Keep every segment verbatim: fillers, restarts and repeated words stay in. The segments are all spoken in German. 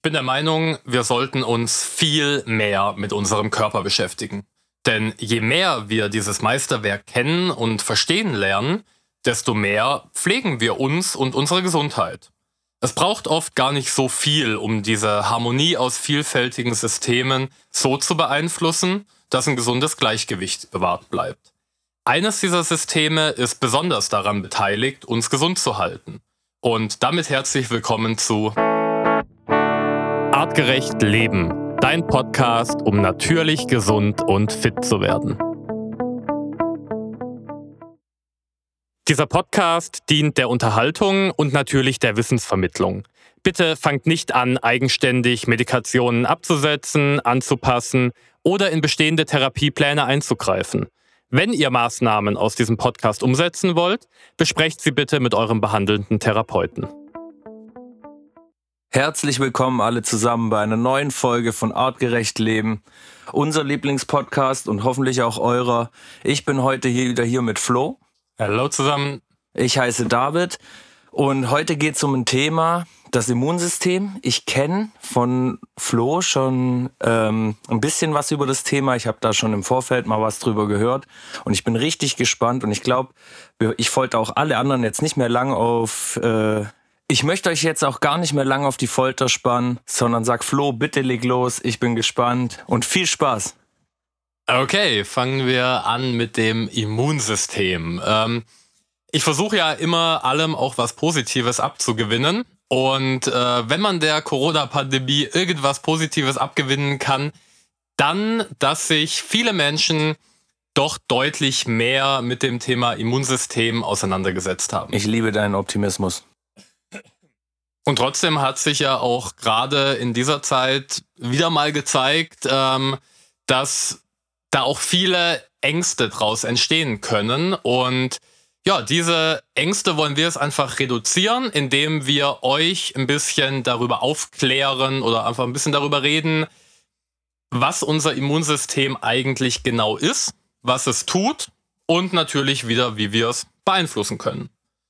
bin der Meinung, wir sollten uns viel mehr mit unserem Körper beschäftigen. Denn je mehr wir dieses Meisterwerk kennen und verstehen lernen, desto mehr pflegen wir uns und unsere Gesundheit. Es braucht oft gar nicht so viel, um diese Harmonie aus vielfältigen Systemen so zu beeinflussen, dass ein gesundes Gleichgewicht bewahrt bleibt. Eines dieser Systeme ist besonders daran beteiligt, uns gesund zu halten. Und damit herzlich willkommen zu Artgerecht Leben, dein Podcast, um natürlich gesund und fit zu werden. Dieser Podcast dient der Unterhaltung und natürlich der Wissensvermittlung. Bitte fangt nicht an, eigenständig Medikationen abzusetzen, anzupassen oder in bestehende Therapiepläne einzugreifen. Wenn ihr Maßnahmen aus diesem Podcast umsetzen wollt, besprecht sie bitte mit eurem behandelnden Therapeuten. Herzlich willkommen alle zusammen bei einer neuen Folge von Artgerecht Leben, unser Lieblingspodcast und hoffentlich auch eurer. Ich bin heute hier wieder hier mit Flo. Hallo zusammen. Ich heiße David und heute geht es um ein Thema, das Immunsystem. Ich kenne von Flo schon ähm, ein bisschen was über das Thema. Ich habe da schon im Vorfeld mal was drüber gehört und ich bin richtig gespannt und ich glaube, ich wollte auch alle anderen jetzt nicht mehr lang auf... Äh, Ich möchte euch jetzt auch gar nicht mehr lange auf die Folter spannen, sondern sag Flo, bitte leg los, ich bin gespannt und viel Spaß. Okay, fangen wir an mit dem Immunsystem. Ähm, ich versuche ja immer allem auch was Positives abzugewinnen und äh, wenn man der Corona-Pandemie irgendwas Positives abgewinnen kann, dann, dass sich viele Menschen doch deutlich mehr mit dem Thema Immunsystem auseinandergesetzt haben. Ich liebe deinen Optimismus. Und trotzdem hat sich ja auch gerade in dieser Zeit wieder mal gezeigt, ähm, dass da auch viele Ängste draus entstehen können. Und ja, diese Ängste wollen wir jetzt einfach reduzieren, indem wir euch ein bisschen darüber aufklären oder einfach ein bisschen darüber reden, was unser Immunsystem eigentlich genau ist, was es tut und natürlich wieder, wie wir es beeinflussen können.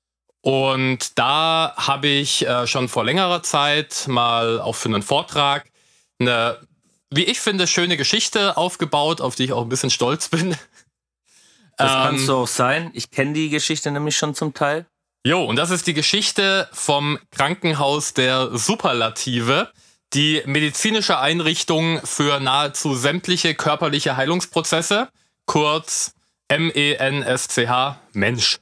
Und da habe ich äh, schon vor längerer Zeit mal auch für einen Vortrag eine, wie ich finde, schöne Geschichte aufgebaut, auf die ich auch ein bisschen stolz bin. Das ähm, kannst du auch sein. Ich kenne die Geschichte nämlich schon zum Teil. Jo, und das ist die Geschichte vom Krankenhaus der Superlative, die medizinische Einrichtung für nahezu sämtliche körperliche Heilungsprozesse, kurz M E N S C H, Mensch.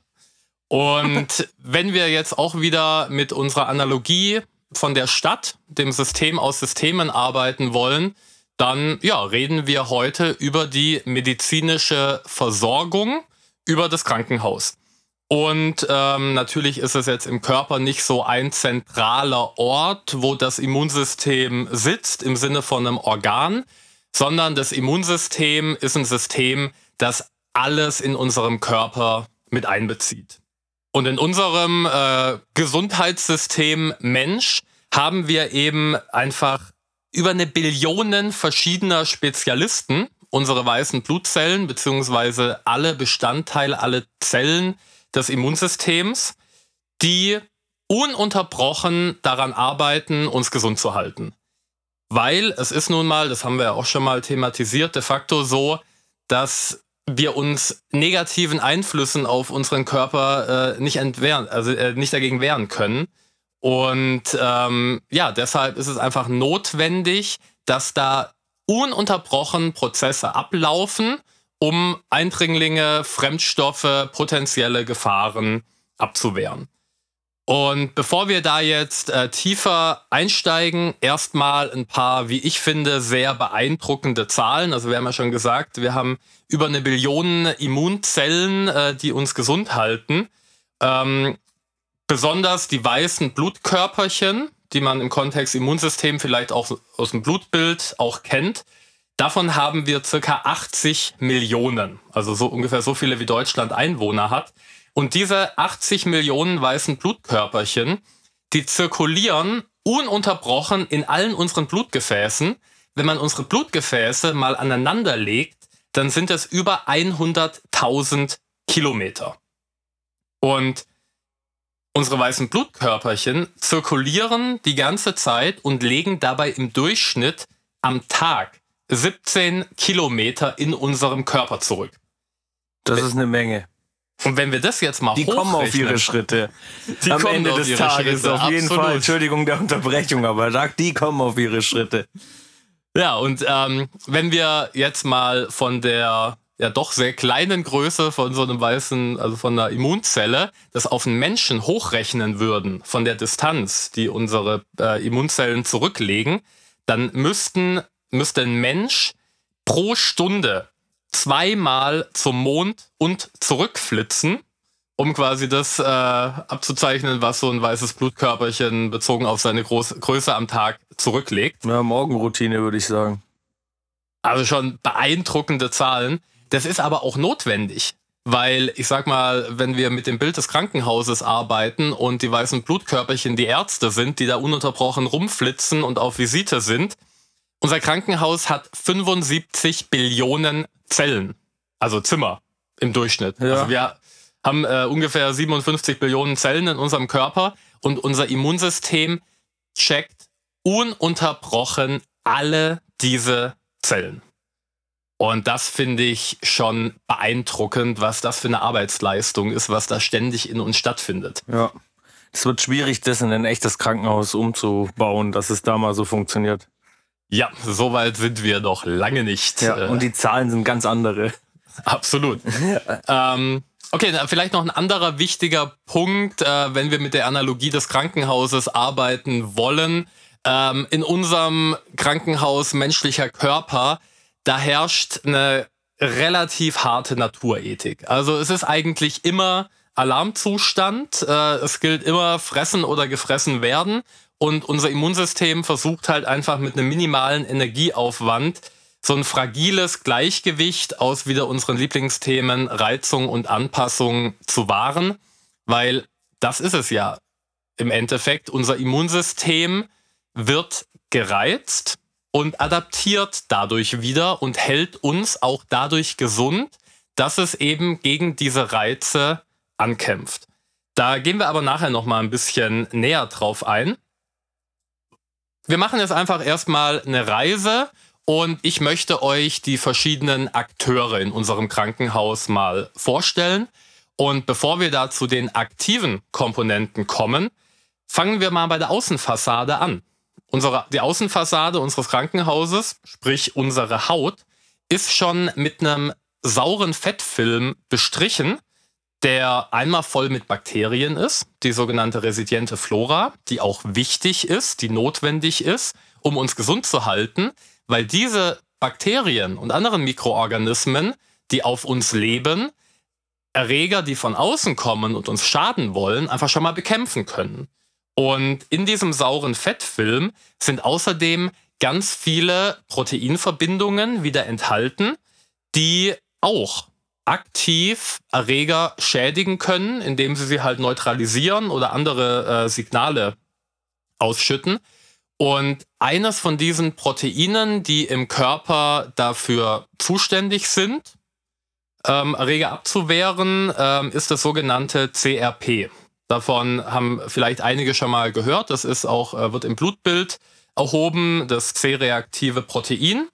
Und wenn wir jetzt auch wieder mit unserer Analogie von der Stadt, dem System aus Systemen arbeiten wollen, dann ja, reden wir heute über die medizinische Versorgung, über das Krankenhaus. Und ähm, natürlich ist es jetzt im Körper nicht so ein zentraler Ort, wo das Immunsystem sitzt, im Sinne von einem Organ, sondern das Immunsystem ist ein System, das alles in unserem Körper mit einbezieht. Und in unserem äh, Gesundheitssystem Mensch haben wir eben einfach über eine Billion verschiedener Spezialisten, unsere weißen Blutzellen, beziehungsweise alle Bestandteile, alle Zellen des Immunsystems, die ununterbrochen daran arbeiten, uns gesund zu halten. Weil es ist nun mal, das haben wir ja auch schon mal thematisiert, de facto so, dass wir uns negativen Einflüssen auf unseren Körper äh, nicht entwehren, also äh, nicht dagegen wehren können. Und ähm, ja, deshalb ist es einfach notwendig, dass da ununterbrochen Prozesse ablaufen, um Eindringlinge, Fremdstoffe, potenzielle Gefahren abzuwehren. Und bevor wir da jetzt äh, tiefer einsteigen, erstmal ein paar, wie ich finde, sehr beeindruckende Zahlen. Also wir haben ja schon gesagt, wir haben über eine Billion Immunzellen, äh, die uns gesund halten. Ähm, besonders die weißen Blutkörperchen, die man im Kontext Immunsystem vielleicht auch aus dem Blutbild auch kennt. Davon haben wir circa achtzig Millionen, also so ungefähr so viele wie Deutschland Einwohner hat. Und diese achtzig Millionen weißen Blutkörperchen, die zirkulieren ununterbrochen in allen unseren Blutgefäßen. Wenn man unsere Blutgefäße mal aneinander legt, dann sind es über hunderttausend Kilometer. Und Unsere weißen Blutkörperchen zirkulieren die ganze Zeit und legen dabei im Durchschnitt am Tag siebzehn Kilometer in unserem Körper zurück. Das ist eine Menge. Und wenn wir das jetzt mal Die kommen auf ihre Schritte. Die Am kommen Ende auf des ihre Tages Schritte, auf jeden absolut. Fall. Entschuldigung der Unterbrechung, aber sag, die kommen auf ihre Schritte. Ja, und ähm, wenn wir jetzt mal von der ja doch sehr kleinen Größe von so einem weißen, also von einer Immunzelle, das auf einen Menschen hochrechnen würden, von der Distanz, die unsere äh, Immunzellen zurücklegen, dann müssten, müsste ein Mensch pro Stunde zweimal zum Mond und zurückflitzen, um quasi das äh, abzuzeichnen, was so ein weißes Blutkörperchen bezogen auf seine Groß- Größe am Tag zurücklegt. Ja, Morgenroutine würde ich sagen. Also schon beeindruckende Zahlen. Das ist aber auch notwendig, weil ich sag mal, wenn wir mit dem Bild des Krankenhauses arbeiten und die weißen Blutkörperchen die Ärzte sind, die da ununterbrochen rumflitzen und auf Visite sind, unser Krankenhaus hat fünfundsiebzig Billionen Zellen, also Zimmer im Durchschnitt. Ja. Also wir haben äh, ungefähr siebenundfünfzig Billionen Zellen in unserem Körper und unser Immunsystem checkt ununterbrochen alle diese Zellen. Und das finde ich schon beeindruckend, was das für eine Arbeitsleistung ist, was da ständig in uns stattfindet. Ja. Es wird schwierig, das in ein echtes Krankenhaus umzubauen, dass es da mal so funktioniert. Ja, so weit sind wir noch lange nicht. Ja, und die Zahlen sind ganz andere. Absolut. ähm, okay, na, vielleicht noch ein anderer wichtiger Punkt, äh, wenn wir mit der Analogie des Krankenhauses arbeiten wollen. Ähm, in unserem Krankenhaus menschlicher Körper, da herrscht eine relativ harte Naturethik. Also es ist eigentlich immer Alarmzustand. Äh, es gilt immer fressen oder gefressen werden. Und unser Immunsystem versucht halt einfach mit einem minimalen Energieaufwand so ein fragiles Gleichgewicht aus wieder unseren Lieblingsthemen Reizung und Anpassung zu wahren. Weil das ist es ja im Endeffekt. Unser Immunsystem wird gereizt und adaptiert dadurch wieder und hält uns auch dadurch gesund, dass es eben gegen diese Reize ankämpft. Da gehen wir aber nachher noch mal ein bisschen näher drauf ein. Wir machen jetzt einfach erstmal eine Reise und ich möchte euch die verschiedenen Akteure in unserem Krankenhaus mal vorstellen. Und bevor wir da zu den aktiven Komponenten kommen, fangen wir mal bei der Außenfassade an. Unsere, die Außenfassade unseres Krankenhauses, sprich unsere Haut, ist schon mit einem sauren Fettfilm bestrichen, der einmal voll mit Bakterien ist, die sogenannte resiliente Flora, die auch wichtig ist, die notwendig ist, um uns gesund zu halten, weil diese Bakterien und anderen Mikroorganismen, die auf uns leben, Erreger, die von außen kommen und uns schaden wollen, einfach schon mal bekämpfen können. Und in diesem sauren Fettfilm sind außerdem ganz viele Proteinverbindungen wieder enthalten, die auch aktiv Erreger schädigen können, indem sie sie halt neutralisieren oder andere äh, Signale ausschütten. Und eines von diesen Proteinen, die im Körper dafür zuständig sind, ähm, Erreger abzuwehren, ähm, ist das sogenannte C R P. Davon haben vielleicht einige schon mal gehört. Das ist auch, äh, wird im Blutbild erhoben, das C-reaktive Protein,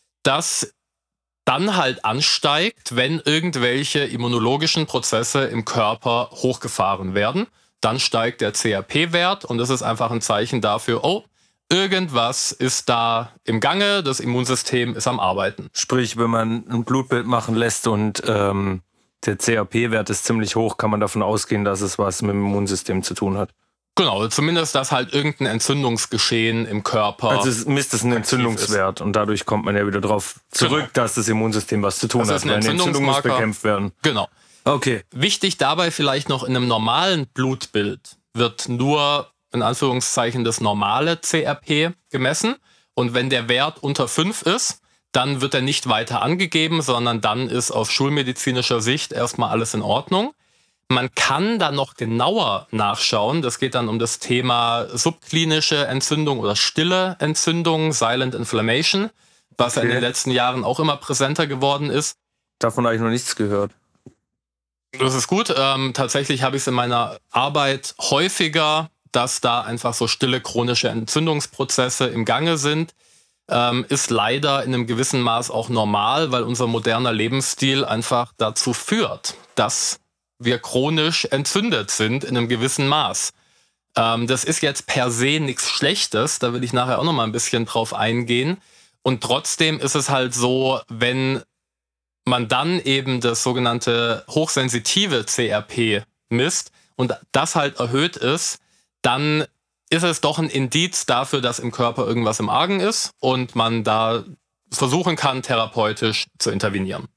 das dann halt ansteigt, wenn irgendwelche immunologischen Prozesse im Körper hochgefahren werden. Dann steigt der C R P-Wert und das ist einfach ein Zeichen dafür, oh, irgendwas ist da im Gange, das Immunsystem ist am Arbeiten. Sprich, wenn man ein Blutbild machen lässt und ähm, der C R P-Wert ist ziemlich hoch, kann man davon ausgehen, dass es was mit dem Immunsystem zu tun hat. Genau, zumindest, dass halt irgendein Entzündungsgeschehen im Körper. Also es misst es einen Entzündungswert und dadurch kommt man ja wieder drauf zurück, Genau. dass das Immunsystem was zu tun Das hat, ist ein weil eine Entzündung muss Entzündungsmarker. bekämpft werden. Genau. Okay. Wichtig dabei vielleicht noch, in einem normalen Blutbild wird nur, in Anführungszeichen, das normale C R P gemessen. Und wenn der Wert unter fünf ist, dann wird er nicht weiter angegeben, sondern dann ist aus schulmedizinischer Sicht erstmal alles in Ordnung. Man kann dann noch genauer nachschauen. Das geht dann um das Thema subklinische Entzündung oder stille Entzündung, Silent Inflammation, was Okay. in den letzten Jahren auch immer präsenter geworden ist. Davon habe ich noch nichts gehört. Das ist gut. Ähm, tatsächlich habe ich es in meiner Arbeit häufiger, dass da einfach so stille chronische Entzündungsprozesse im Gange sind. Ähm, ist leider in einem gewissen Maß auch normal, weil unser moderner Lebensstil einfach dazu führt, dass wir chronisch entzündet sind in einem gewissen Maß. Ähm, das ist jetzt per se nichts Schlechtes, da will ich nachher auch noch mal ein bisschen drauf eingehen. Und trotzdem ist es halt so, wenn man dann eben das sogenannte hochsensitive C R P misst und das halt erhöht ist, dann ist es doch ein Indiz dafür, dass im Körper irgendwas im Argen ist und man da versuchen kann, therapeutisch zu intervenieren.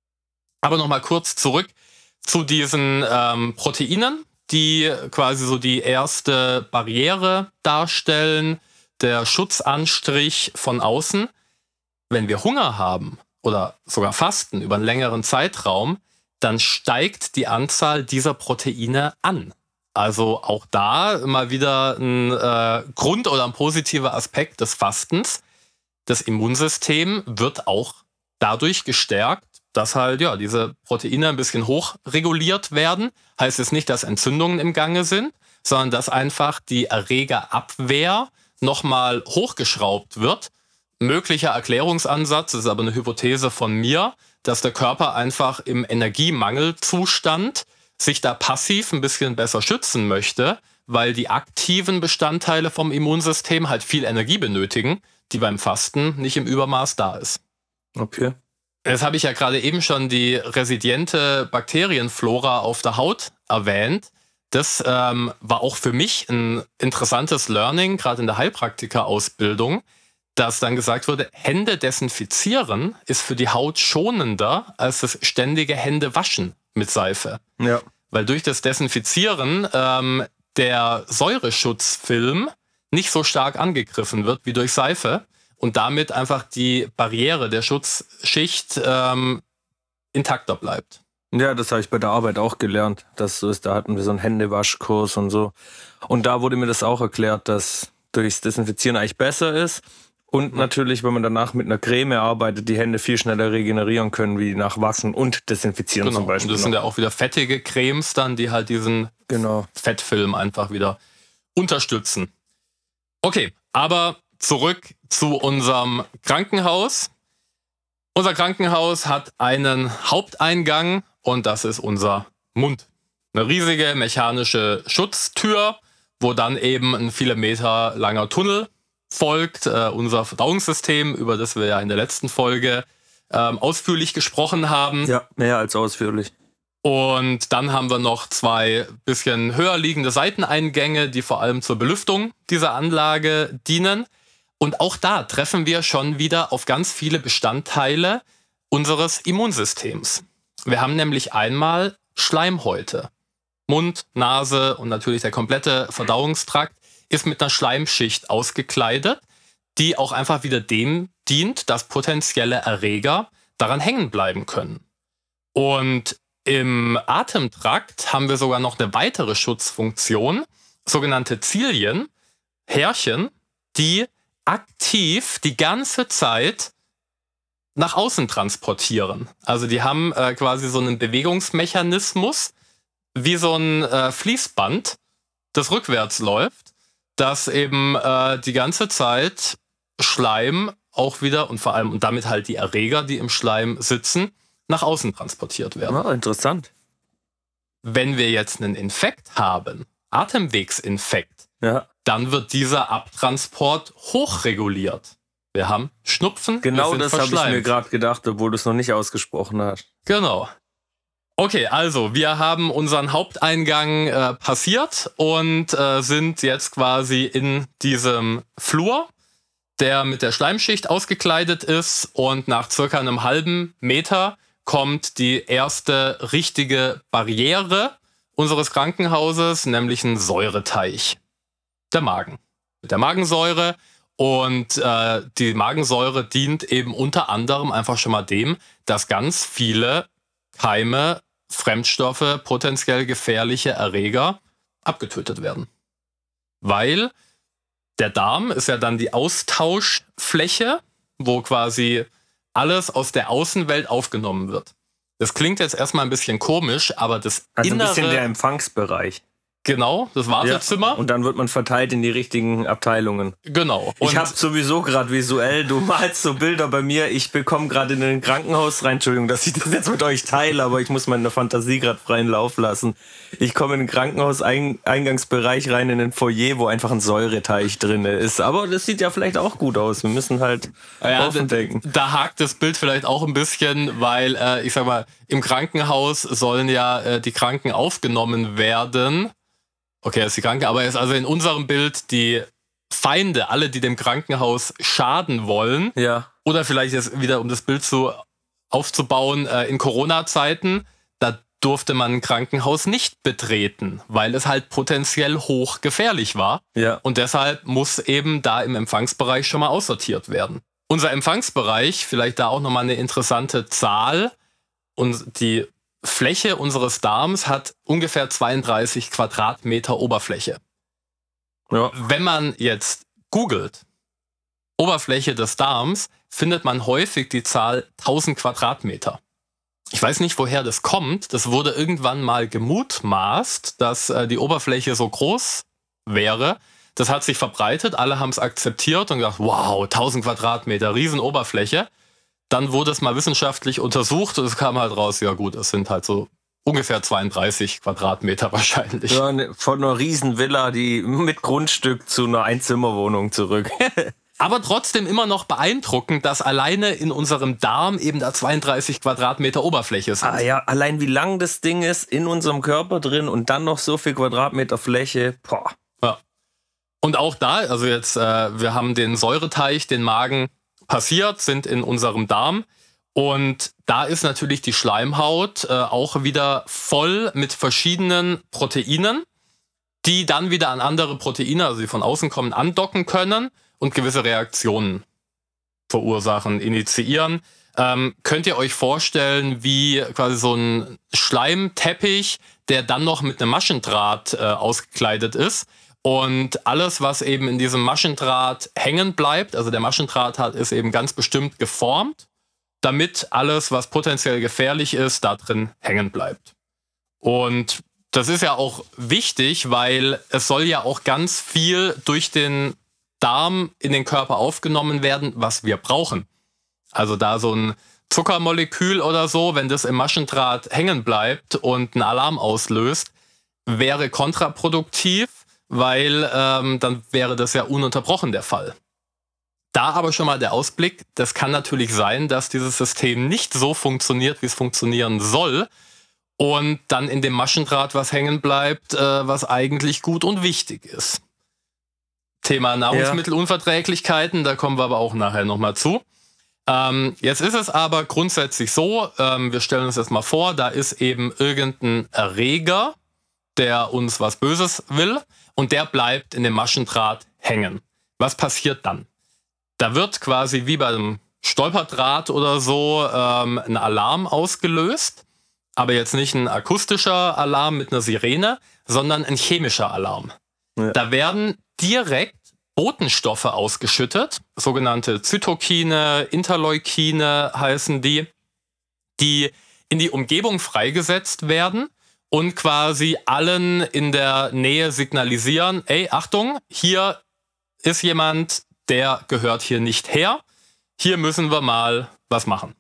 Aber nochmal kurz zurück zu diesen ähm, Proteinen, die quasi so die erste Barriere darstellen, der Schutzanstrich von außen. Wenn wir Hunger haben oder sogar Fasten über einen längeren Zeitraum, dann steigt die Anzahl dieser Proteine an. Also auch da mal wieder ein äh, Grund oder ein positiver Aspekt des Fastens. Das Immunsystem wird auch dadurch gestärkt, dass halt ja diese Proteine ein bisschen hochreguliert werden. Heißt es nicht, dass Entzündungen im Gange sind, sondern dass einfach die Erregerabwehr nochmal hochgeschraubt wird. Möglicher Erklärungsansatz, das ist aber eine Hypothese von mir, dass der Körper einfach im Energiemangelzustand sich da passiv ein bisschen besser schützen möchte, weil die aktiven Bestandteile vom Immunsystem halt viel Energie benötigen, die beim Fasten nicht im Übermaß da ist. Okay. Jetzt habe ich ja gerade eben schon die residiente Bakterienflora auf der Haut erwähnt. Das ähm, war auch für mich ein interessantes Learning, gerade in der Heilpraktiker-Ausbildung, dass dann gesagt wurde, Hände desinfizieren ist für die Haut schonender als das ständige Händewaschen mit Seife. Ja. Weil durch das Desinfizieren ähm, der Säureschutzfilm nicht so stark angegriffen wird wie durch Seife und damit einfach die Barriere der Schutzschicht ähm, intakter bleibt. Ja, das habe ich bei der Arbeit auch gelernt, dass so ist. Da hatten wir so einen Händewaschkurs und so. Und da wurde mir das auch erklärt, dass durchs Desinfizieren eigentlich besser ist. Und natürlich, wenn man danach mit einer Creme arbeitet, die Hände viel schneller regenerieren können, wie nach Waschen und Desinfizieren Genau. zum Beispiel. Und das sind ja auch wieder fettige Cremes dann, die halt diesen genau. Fettfilm einfach wieder unterstützen. Okay, aber zurück zu unserem Krankenhaus. Unser Krankenhaus hat einen Haupteingang und das ist unser Mund. Eine riesige mechanische Schutztür, wo dann eben ein viele Meter langer Tunnel folgt, äh, unser Verdauungssystem, über das wir ja in der letzten Folge ähm, ausführlich gesprochen haben. Ja, mehr als ausführlich. Und dann haben wir noch zwei bisschen höher liegende Seiteneingänge, die vor allem zur Belüftung dieser Anlage dienen. Und auch da treffen wir schon wieder auf ganz viele Bestandteile unseres Immunsystems. Wir haben nämlich einmal Schleimhäute. Mund, Nase und natürlich der komplette Verdauungstrakt ist mit einer Schleimschicht ausgekleidet, die auch einfach wieder dem dient, dass potenzielle Erreger daran hängen bleiben können. Und im Atemtrakt haben wir sogar noch eine weitere Schutzfunktion, sogenannte Zilien, Härchen, die aktiv die ganze Zeit nach außen transportieren. Also die haben äh, quasi so einen Bewegungsmechanismus, wie so ein äh, Fließband, das rückwärts läuft, dass eben äh, die ganze Zeit Schleim auch wieder und vor allem und damit halt die Erreger, die im Schleim sitzen, nach außen transportiert werden. Ah, interessant. Wenn wir jetzt einen Infekt haben, Atemwegsinfekt, Ja. dann wird dieser Abtransport hochreguliert. Wir haben Schnupfen. Genau wir sind das habe ich mir verschleimt. gerade gedacht, obwohl du es noch nicht ausgesprochen hast. Genau. Okay, also wir haben unseren Haupteingang äh, passiert und äh, sind jetzt quasi in diesem Flur, der mit der Schleimschicht ausgekleidet ist, und nach circa einem halben Meter kommt die erste richtige Barriere unseres Krankenhauses, nämlich ein Säureteich. Der Magen. Mit der Magensäure. Und äh, die Magensäure dient eben unter anderem einfach schon mal dem, dass ganz viele Keime, Fremdstoffe, potenziell gefährliche Erreger abgetötet werden. Weil der Darm ist ja dann die Austauschfläche, wo quasi alles aus der Außenwelt aufgenommen wird. Das klingt jetzt erstmal ein bisschen komisch, aber das also innere... ein bisschen der Empfangsbereich. Genau, das Wartezimmer. Ja, und dann wird man verteilt in die richtigen Abteilungen. Genau. Und ich habe sowieso gerade visuell, du malst so Bilder bei mir, ich bekomme gerade in ein Krankenhaus rein, Entschuldigung, dass ich das jetzt mit euch teile, aber ich muss meine Fantasie gerade freien Lauf lassen. Ich komme in den Krankenhauseingangsbereich rein, in den Foyer, wo einfach ein Säureteich drin ist. Aber das sieht ja vielleicht auch gut aus, wir müssen halt ja, offen denken. Da, da hakt das Bild vielleicht auch ein bisschen, weil, äh, ich sag mal, im Krankenhaus sollen ja äh, die Kranken aufgenommen werden. Okay, das ist die Kranke, aber ist also in unserem Bild die Feinde, alle, die dem Krankenhaus schaden wollen. Ja. Oder vielleicht jetzt wieder, um das Bild so aufzubauen, äh, in Corona-Zeiten, da durfte man ein Krankenhaus nicht betreten, weil es halt potenziell hochgefährlich war. Ja. Und deshalb muss eben da im Empfangsbereich schon mal aussortiert werden. Unser Empfangsbereich, vielleicht da auch nochmal eine interessante Zahl, und die Fläche unseres Darms hat ungefähr zweiunddreißig Quadratmeter Oberfläche. Ja. Wenn man jetzt googelt, Oberfläche des Darms, findet man häufig die Zahl tausend Quadratmeter. Ich weiß nicht, woher das kommt. Das wurde irgendwann mal gemutmaßt, dass äh, die Oberfläche so groß wäre. Das hat sich verbreitet, alle haben es akzeptiert und gedacht, wow, tausend Quadratmeter, Riesenoberfläche. Dann wurde es mal wissenschaftlich untersucht und es kam halt raus, ja gut, es sind halt so ungefähr zweiunddreißig Quadratmeter wahrscheinlich. Ja, von einer Riesenvilla, die mit Grundstück zu einer Einzimmerwohnung zurück. Aber trotzdem immer noch beeindruckend, dass alleine in unserem Darm eben da zweiunddreißig Quadratmeter Oberfläche sind. Ah ja, allein wie lang das Ding ist in unserem Körper drin und dann noch so viel Quadratmeter Fläche. Boah. Ja. Und auch da, also jetzt, äh, wir haben den Säureteich, den Magen passiert, sind in unserem Darm. Und da ist natürlich die Schleimhaut äh, auch wieder voll mit verschiedenen Proteinen, die dann wieder an andere Proteine, also die von außen kommen, andocken können und gewisse Reaktionen verursachen, initiieren. Ähm, könnt ihr euch vorstellen, wie quasi so ein Schleimteppich, der dann noch mit einem Maschendraht äh, ausgekleidet ist. Und alles, was eben in diesem Maschendraht hängen bleibt, also der Maschendraht hat, ist eben ganz bestimmt geformt, damit alles, was potenziell gefährlich ist, da drin hängen bleibt. Und das ist ja auch wichtig, weil es soll ja auch ganz viel durch den Darm in den Körper aufgenommen werden, was wir brauchen. Also da so ein Zuckermolekül oder so, wenn das im Maschendraht hängen bleibt und einen Alarm auslöst, wäre kontraproduktiv, weil ähm, dann wäre das ja ununterbrochen der Fall. Da aber schon mal der Ausblick, das kann natürlich sein, dass dieses System nicht so funktioniert, wie es funktionieren soll und dann in dem Maschendraht was hängen bleibt, äh, was eigentlich gut und wichtig ist. Thema Nahrungsmittelunverträglichkeiten, da kommen wir aber auch nachher nochmal zu. Ähm, jetzt ist es aber grundsätzlich so, ähm, wir stellen uns das mal vor, da ist eben irgendein Erreger, der uns was Böses will und der bleibt in dem Maschendraht hängen. Was passiert dann? Da wird quasi wie beim Stolperdraht oder so ähm, ein Alarm ausgelöst, aber jetzt nicht ein akustischer Alarm mit einer Sirene, sondern ein chemischer Alarm. Ja. Da werden direkt Botenstoffe ausgeschüttet, sogenannte Zytokine, Interleukine heißen die, die in die Umgebung freigesetzt werden und quasi allen in der Nähe signalisieren, ey, Achtung, hier ist jemand, der gehört hier nicht her, hier müssen wir mal was machen.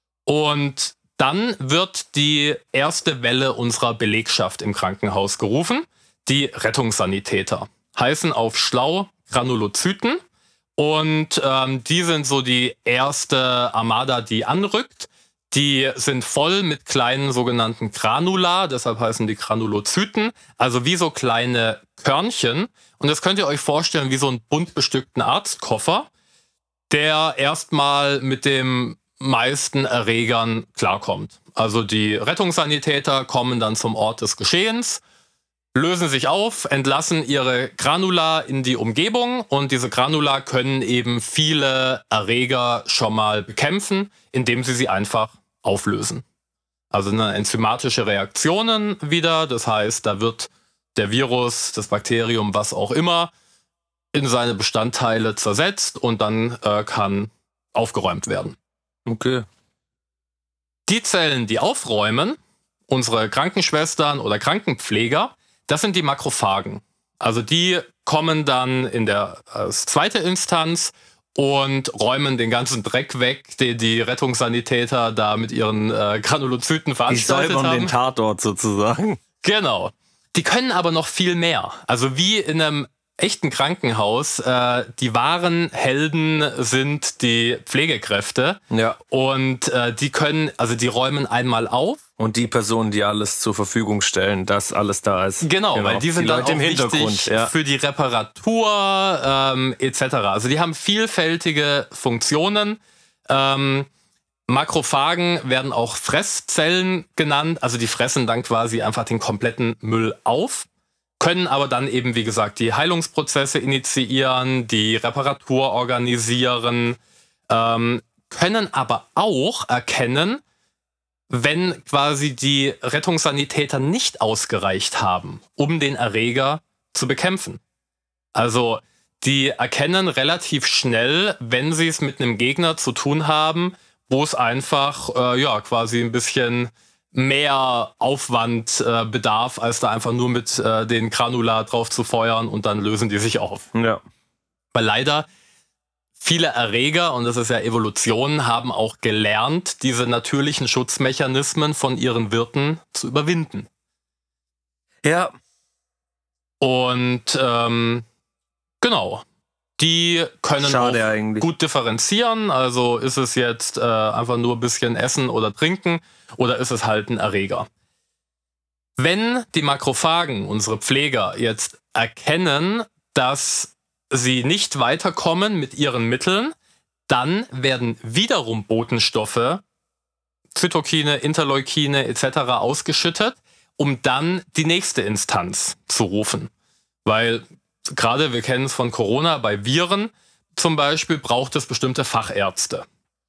Und dann wird die erste Welle unserer Belegschaft im Krankenhaus gerufen, die Rettungssanitäter. Heißen auf schlau Granulozyten und ähm, die sind so die erste Armada, die anrückt. Die sind voll mit kleinen sogenannten Granula, deshalb heißen die Granulozyten, also wie so kleine Körnchen. Und das könnt ihr euch vorstellen wie so einen bunt bestückten Arztkoffer, der erstmal mit den meisten Erregern klarkommt. Also die Rettungssanitäter kommen dann zum Ort des Geschehens, lösen sich auf, entlassen ihre Granula in die Umgebung und diese Granula können eben viele Erreger schon mal bekämpfen, indem sie sie einfach auflösen. Also eine enzymatische Reaktionen wieder, das heißt, da wird der Virus, das Bakterium, was auch immer, in seine Bestandteile zersetzt und dann äh, kann aufgeräumt werden. Okay. Die Zellen, die aufräumen, unsere Krankenschwestern oder Krankenpfleger, das sind die Makrophagen. Also die kommen dann in der als zweite Instanz und räumen den ganzen Dreck weg, den die Rettungssanitäter da mit ihren äh, Granulozyten veranstaltet die säubern haben. Den Tatort sozusagen. Genau. Die können aber noch viel mehr. Also wie in einem echten Krankenhaus, äh, die wahren Helden sind die Pflegekräfte. Ja. Und äh, die können, also die räumen einmal auf. Und die Personen, die alles zur Verfügung stellen, dass alles da ist. Genau, genau. Weil die sind die dann auch im wichtig ja. für die Reparatur ähm, et cetera. Also die haben vielfältige Funktionen. Ähm, Makrophagen werden auch Fresszellen genannt. Also die fressen dann quasi einfach den kompletten Müll auf, können aber dann eben, wie gesagt, die Heilungsprozesse initiieren, die Reparatur organisieren, ähm, können aber auch erkennen, wenn quasi die Rettungssanitäter nicht ausgereicht haben, um den Erreger zu bekämpfen. Also die erkennen relativ schnell, wenn sie es mit einem Gegner zu tun haben, wo es einfach äh, ja quasi ein bisschen mehr Aufwand äh, bedarf, als da einfach nur mit äh, den Granular drauf zu feuern und dann lösen die sich auf. Ja. Weil leider viele Erreger, und das ist ja Evolution, haben auch gelernt, diese natürlichen Schutzmechanismen von ihren Wirten zu überwinden. Ja. Und ähm, genau. Die können Schade auch eigentlich. gut differenzieren. Also ist es jetzt äh, einfach nur ein bisschen Essen oder Trinken oder ist es halt ein Erreger? Wenn die Makrophagen, unsere Pfleger, jetzt erkennen, dass sie nicht weiterkommen mit ihren Mitteln, dann werden wiederum Botenstoffe, Zytokine, Interleukine et cetera ausgeschüttet, um dann die nächste Instanz zu rufen. Weil gerade, wir kennen es von Corona, bei Viren zum Beispiel braucht es bestimmte Fachärzte.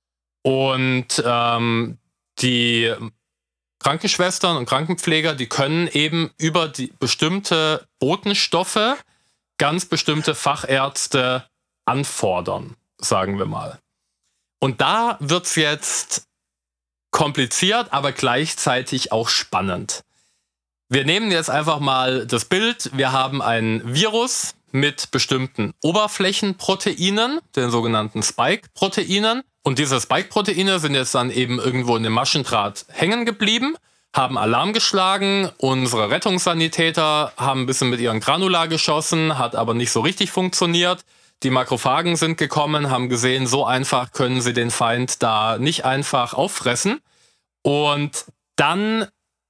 Und ähm, die Krankenschwestern und Krankenpfleger, die können eben über die bestimmte Botenstoffe ganz bestimmte Fachärzte anfordern, sagen wir mal. Und da wird's jetzt kompliziert, aber gleichzeitig auch spannend. Wir nehmen jetzt einfach mal das Bild. Wir haben ein Virus mit bestimmten Oberflächenproteinen, den sogenannten Spike-Proteinen. Und diese Spike-Proteine sind jetzt dann eben irgendwo in dem Maschendraht hängen geblieben, haben Alarm geschlagen. Unsere Rettungssanitäter haben ein bisschen mit ihren Granular geschossen, hat aber nicht so richtig funktioniert. Die Makrophagen sind gekommen, haben gesehen, so einfach können sie den Feind da nicht einfach auffressen. Und dann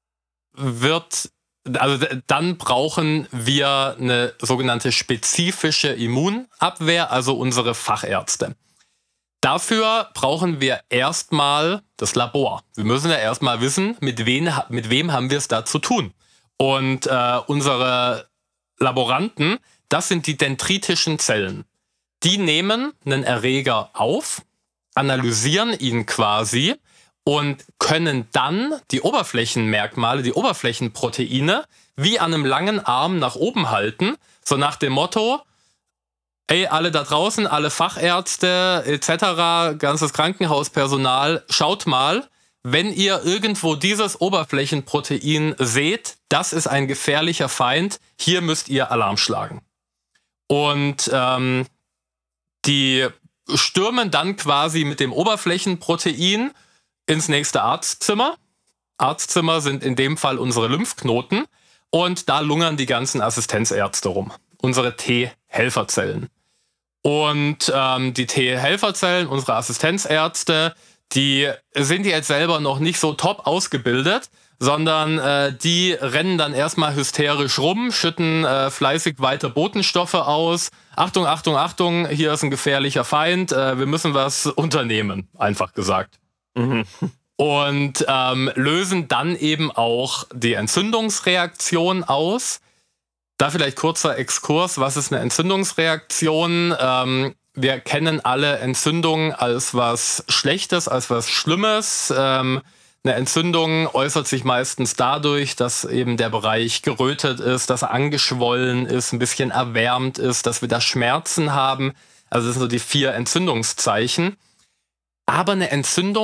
wird, also dann brauchen wir eine sogenannte spezifische Immunabwehr, also unsere Fachärzte. Dafür brauchen wir erstmal das Labor. Wir müssen ja erstmal wissen, mit, wen, mit wem haben wir es da zu tun. Und äh, unsere Laboranten, das sind die dendritischen Zellen. Die nehmen einen Erreger auf, analysieren ihn quasi und können dann die Oberflächenmerkmale, die Oberflächenproteine, wie an einem langen Arm nach oben halten, so nach dem Motto, ey, alle da draußen, alle Fachärzte et cetera, ganzes Krankenhauspersonal, schaut mal, wenn ihr irgendwo dieses Oberflächenprotein seht, das ist ein gefährlicher Feind, hier müsst ihr Alarm schlagen. Und ähm, die stürmen dann quasi mit dem Oberflächenprotein ins nächste Arztzimmer. Arztzimmer sind in dem Fall unsere Lymphknoten und da lungern die ganzen Assistenzärzte rum. Unsere T-Helferzellen. Und ähm, die T-Helferzellen, unsere Assistenzärzte, die sind jetzt selber noch nicht so top ausgebildet, sondern äh, die rennen dann erstmal hysterisch rum, schütten äh, fleißig weiter Botenstoffe aus. Achtung, Achtung, Achtung, hier ist ein gefährlicher Feind, äh, wir müssen was unternehmen, einfach gesagt. Mhm. Und ähm, lösen dann eben auch die Entzündungsreaktion aus. Da vielleicht kurzer Exkurs, was ist eine Entzündungsreaktion? Ähm, wir kennen alle Entzündungen als was Schlechtes, als was Schlimmes. Ähm, eine Entzündung äußert sich meistens dadurch, dass eben der Bereich gerötet ist, dass er angeschwollen ist, ein bisschen erwärmt ist, dass wir da Schmerzen haben. Also das sind so die vier Entzündungszeichen. Aber eine Entzündung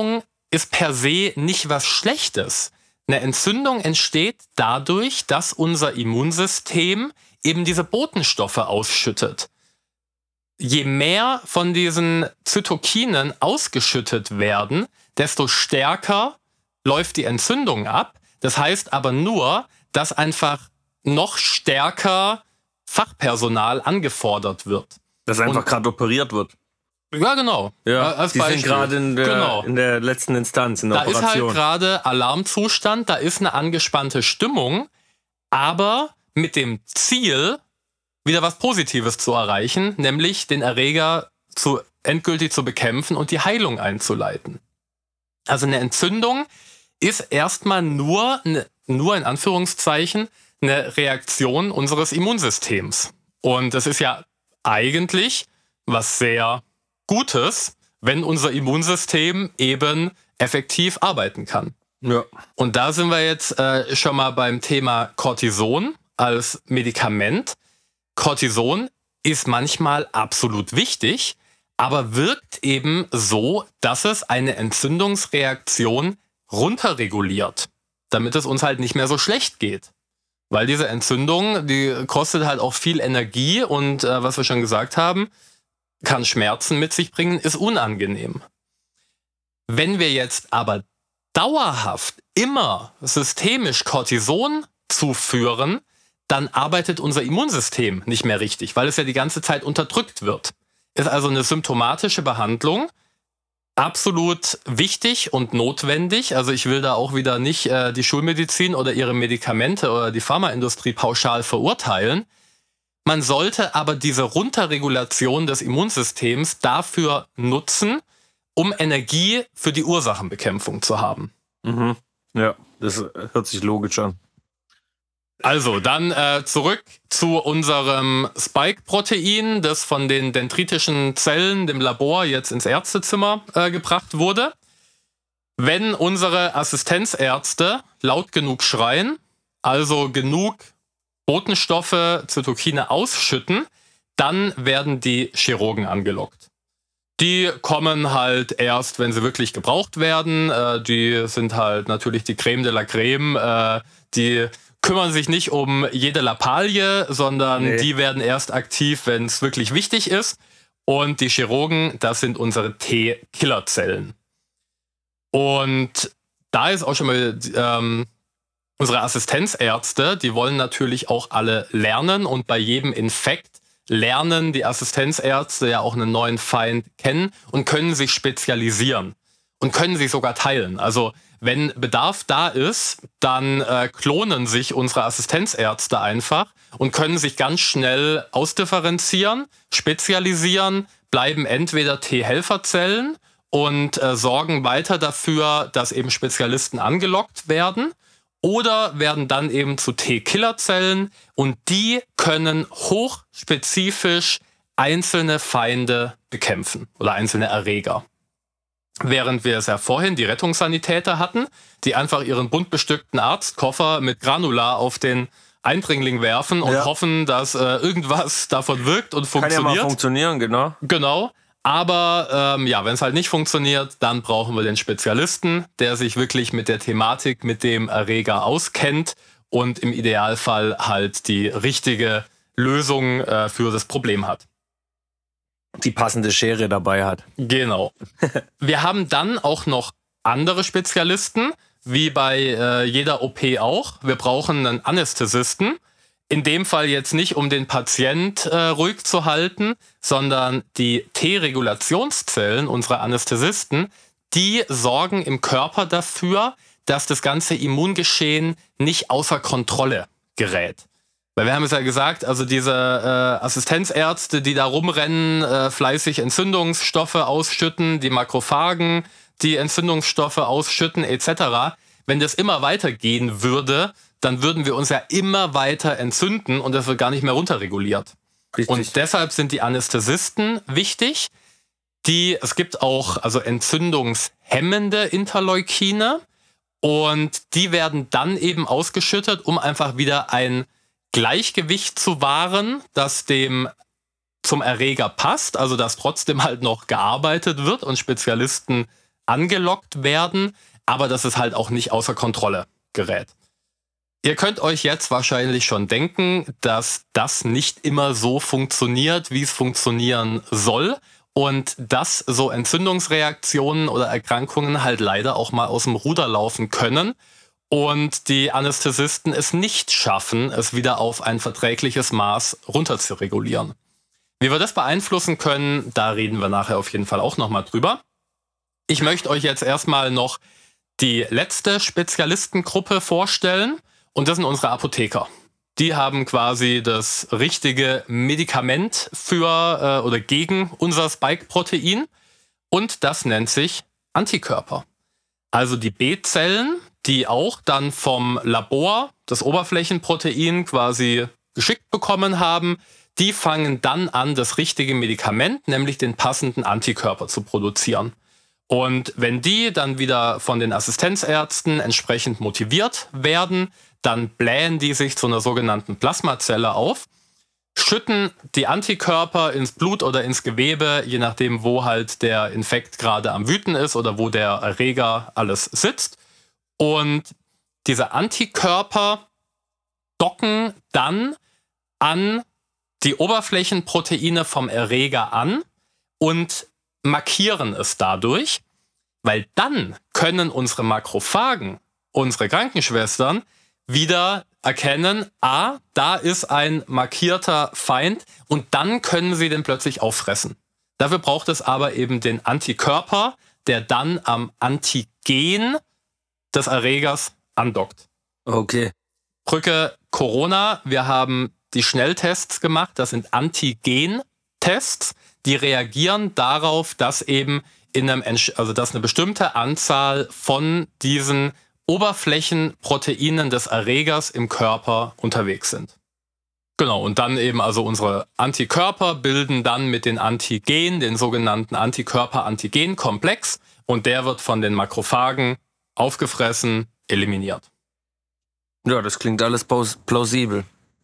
ist per se nicht was Schlechtes. Eine Entzündung entsteht dadurch, dass unser Immunsystem eben diese Botenstoffe ausschüttet. Je mehr von diesen Zytokinen ausgeschüttet werden, desto stärker läuft die Entzündung ab. Das heißt aber nur, dass einfach noch stärker Fachpersonal angefordert wird. Dass einfach gerade operiert wird. Ja, genau. Ja, als die Beispiel. sind gerade in, genau. in der letzten Instanz, in der da Operation. Da ist halt gerade Alarmzustand, da ist eine angespannte Stimmung, aber mit dem Ziel, wieder was Positives zu erreichen, nämlich den Erreger zu, endgültig zu bekämpfen und die Heilung einzuleiten. Also eine Entzündung ist erstmal nur, nur in Anführungszeichen, eine Reaktion unseres Immunsystems. Und das ist ja eigentlich was sehr Gutes, wenn unser Immunsystem eben effektiv arbeiten kann. Ja. Und da sind wir jetzt äh, schon mal beim Thema Cortison als Medikament. Cortison ist manchmal absolut wichtig, aber wirkt eben so, dass es eine Entzündungsreaktion runterreguliert, damit es uns halt nicht mehr so schlecht geht. Weil diese Entzündung, die kostet halt auch viel Energie und äh, was wir schon gesagt haben, kann Schmerzen mit sich bringen, ist unangenehm. Wenn wir jetzt aber dauerhaft immer systemisch Cortison zuführen, dann arbeitet unser Immunsystem nicht mehr richtig, weil es ja die ganze Zeit unterdrückt wird. Ist also eine symptomatische Behandlung absolut wichtig und notwendig. Also ich will da auch wieder nicht äh, die Schulmedizin oder ihre Medikamente oder die Pharmaindustrie pauschal verurteilen. Man sollte aber diese Runterregulation des Immunsystems dafür nutzen, um Energie für die Ursachenbekämpfung zu haben. Mhm. Ja, das hört sich logisch an. Also, dann äh, zurück zu unserem Spike-Protein, das von den dendritischen Zellen, dem Labor, jetzt ins Ärztezimmer äh, gebracht wurde. Wenn unsere Assistenzärzte laut genug schreien, also genug Botenstoffe, Zytokine ausschütten, dann werden die Chirurgen angelockt. Die kommen halt erst, wenn sie wirklich gebraucht werden. Äh, die sind halt natürlich die Creme de la Creme. Äh, die kümmern sich nicht um jede Lappalie, sondern nee. Die werden erst aktiv, wenn es wirklich wichtig ist. Und die Chirurgen, das sind unsere T-Killerzellen. Und da ist auch schon mal ähm, unsere Assistenzärzte, die wollen natürlich auch alle lernen. Und bei jedem Infekt lernen die Assistenzärzte ja auch einen neuen Feind kennen und können sich spezialisieren und können sich sogar teilen. Also wenn Bedarf da ist, dann äh, klonen sich unsere Assistenzärzte einfach und können sich ganz schnell ausdifferenzieren, spezialisieren, bleiben entweder T-Helferzellen und äh, sorgen weiter dafür, dass eben Spezialisten angelockt werden, oder werden dann eben zu T-Killerzellen und die können hochspezifisch einzelne Feinde bekämpfen oder einzelne Erreger. Während wir es ja vorhin die Rettungssanitäter hatten, die einfach ihren bunt bestückten Arztkoffer mit Granular auf den Eindringling werfen und ja. hoffen, dass äh, irgendwas davon wirkt und funktioniert. Kann ja mal funktionieren, genau. Genau. Aber ähm, ja, wenn es halt nicht funktioniert, dann brauchen wir den Spezialisten, der sich wirklich mit der Thematik, mit dem Erreger auskennt und im Idealfall halt die richtige Lösung äh, für das Problem hat. Die passende Schere dabei hat. Genau. Wir haben dann auch noch andere Spezialisten, wie bei äh, jeder O P auch. Wir brauchen einen Anästhesisten. In dem Fall jetzt nicht, um den Patient äh, ruhig zu halten, sondern die T-Regulationszellen unserer Anästhesisten, die sorgen im Körper dafür, dass das ganze Immungeschehen nicht außer Kontrolle gerät. Weil wir haben es ja gesagt, also diese äh, Assistenzärzte, die da rumrennen, äh, fleißig Entzündungsstoffe ausschütten, die Makrophagen, die Entzündungsstoffe ausschütten et cetera. Wenn das immer weitergehen würde, dann würden wir uns ja immer weiter entzünden und das wird gar nicht mehr runterreguliert. Richtig. Und deshalb sind die Anästhesisten wichtig. Die, es gibt auch also entzündungshemmende Interleukine und die werden dann eben ausgeschüttet, um einfach wieder ein Gleichgewicht zu wahren, das dem zum Erreger passt, also dass trotzdem halt noch gearbeitet wird und Spezialisten angelockt werden, aber dass es halt auch nicht außer Kontrolle gerät. Ihr könnt euch jetzt wahrscheinlich schon denken, dass das nicht immer so funktioniert, wie es funktionieren soll und dass so Entzündungsreaktionen oder Erkrankungen halt leider auch mal aus dem Ruder laufen können und die Anästhesisten es nicht schaffen, es wieder auf ein verträgliches Maß runter zu regulieren. Wie wir das beeinflussen können, da reden wir nachher auf jeden Fall auch nochmal drüber. Ich möchte euch jetzt erstmal noch die letzte Spezialistengruppe vorstellen und das sind unsere Apotheker. Die haben quasi das richtige Medikament für äh, oder gegen unser Spike-Protein und das nennt sich Antikörper. Also die B-Zellen, die auch dann vom Labor das Oberflächenprotein quasi geschickt bekommen haben, die fangen dann an, das richtige Medikament, nämlich den passenden Antikörper zu produzieren. Und wenn die dann wieder von den Assistenzärzten entsprechend motiviert werden, dann blähen die sich zu einer sogenannten Plasmazelle auf, schütten die Antikörper ins Blut oder ins Gewebe, je nachdem, wo halt der Infekt gerade am Wüten ist oder wo der Erreger alles sitzt. Und diese Antikörper docken dann an die Oberflächenproteine vom Erreger an und markieren es dadurch, weil dann können unsere Makrophagen, unsere Krankenschwestern, wieder erkennen, ah, da ist ein markierter Feind und dann können sie den plötzlich auffressen. Dafür braucht es aber eben den Antikörper, der dann am Antigen des Erregers andockt. Okay. Brücke Corona, wir haben die Schnelltests gemacht, das sind Antigen-Tests, die reagieren darauf, dass eben in einem, also dass eine bestimmte Anzahl von diesen Oberflächenproteinen des Erregers im Körper unterwegs sind. Genau, und dann eben also unsere Antikörper bilden dann mit den Antigen den sogenannten Antikörper-Antigen-Komplex und der wird von den Makrophagen aufgefressen, eliminiert. Ja, das klingt alles plausibel.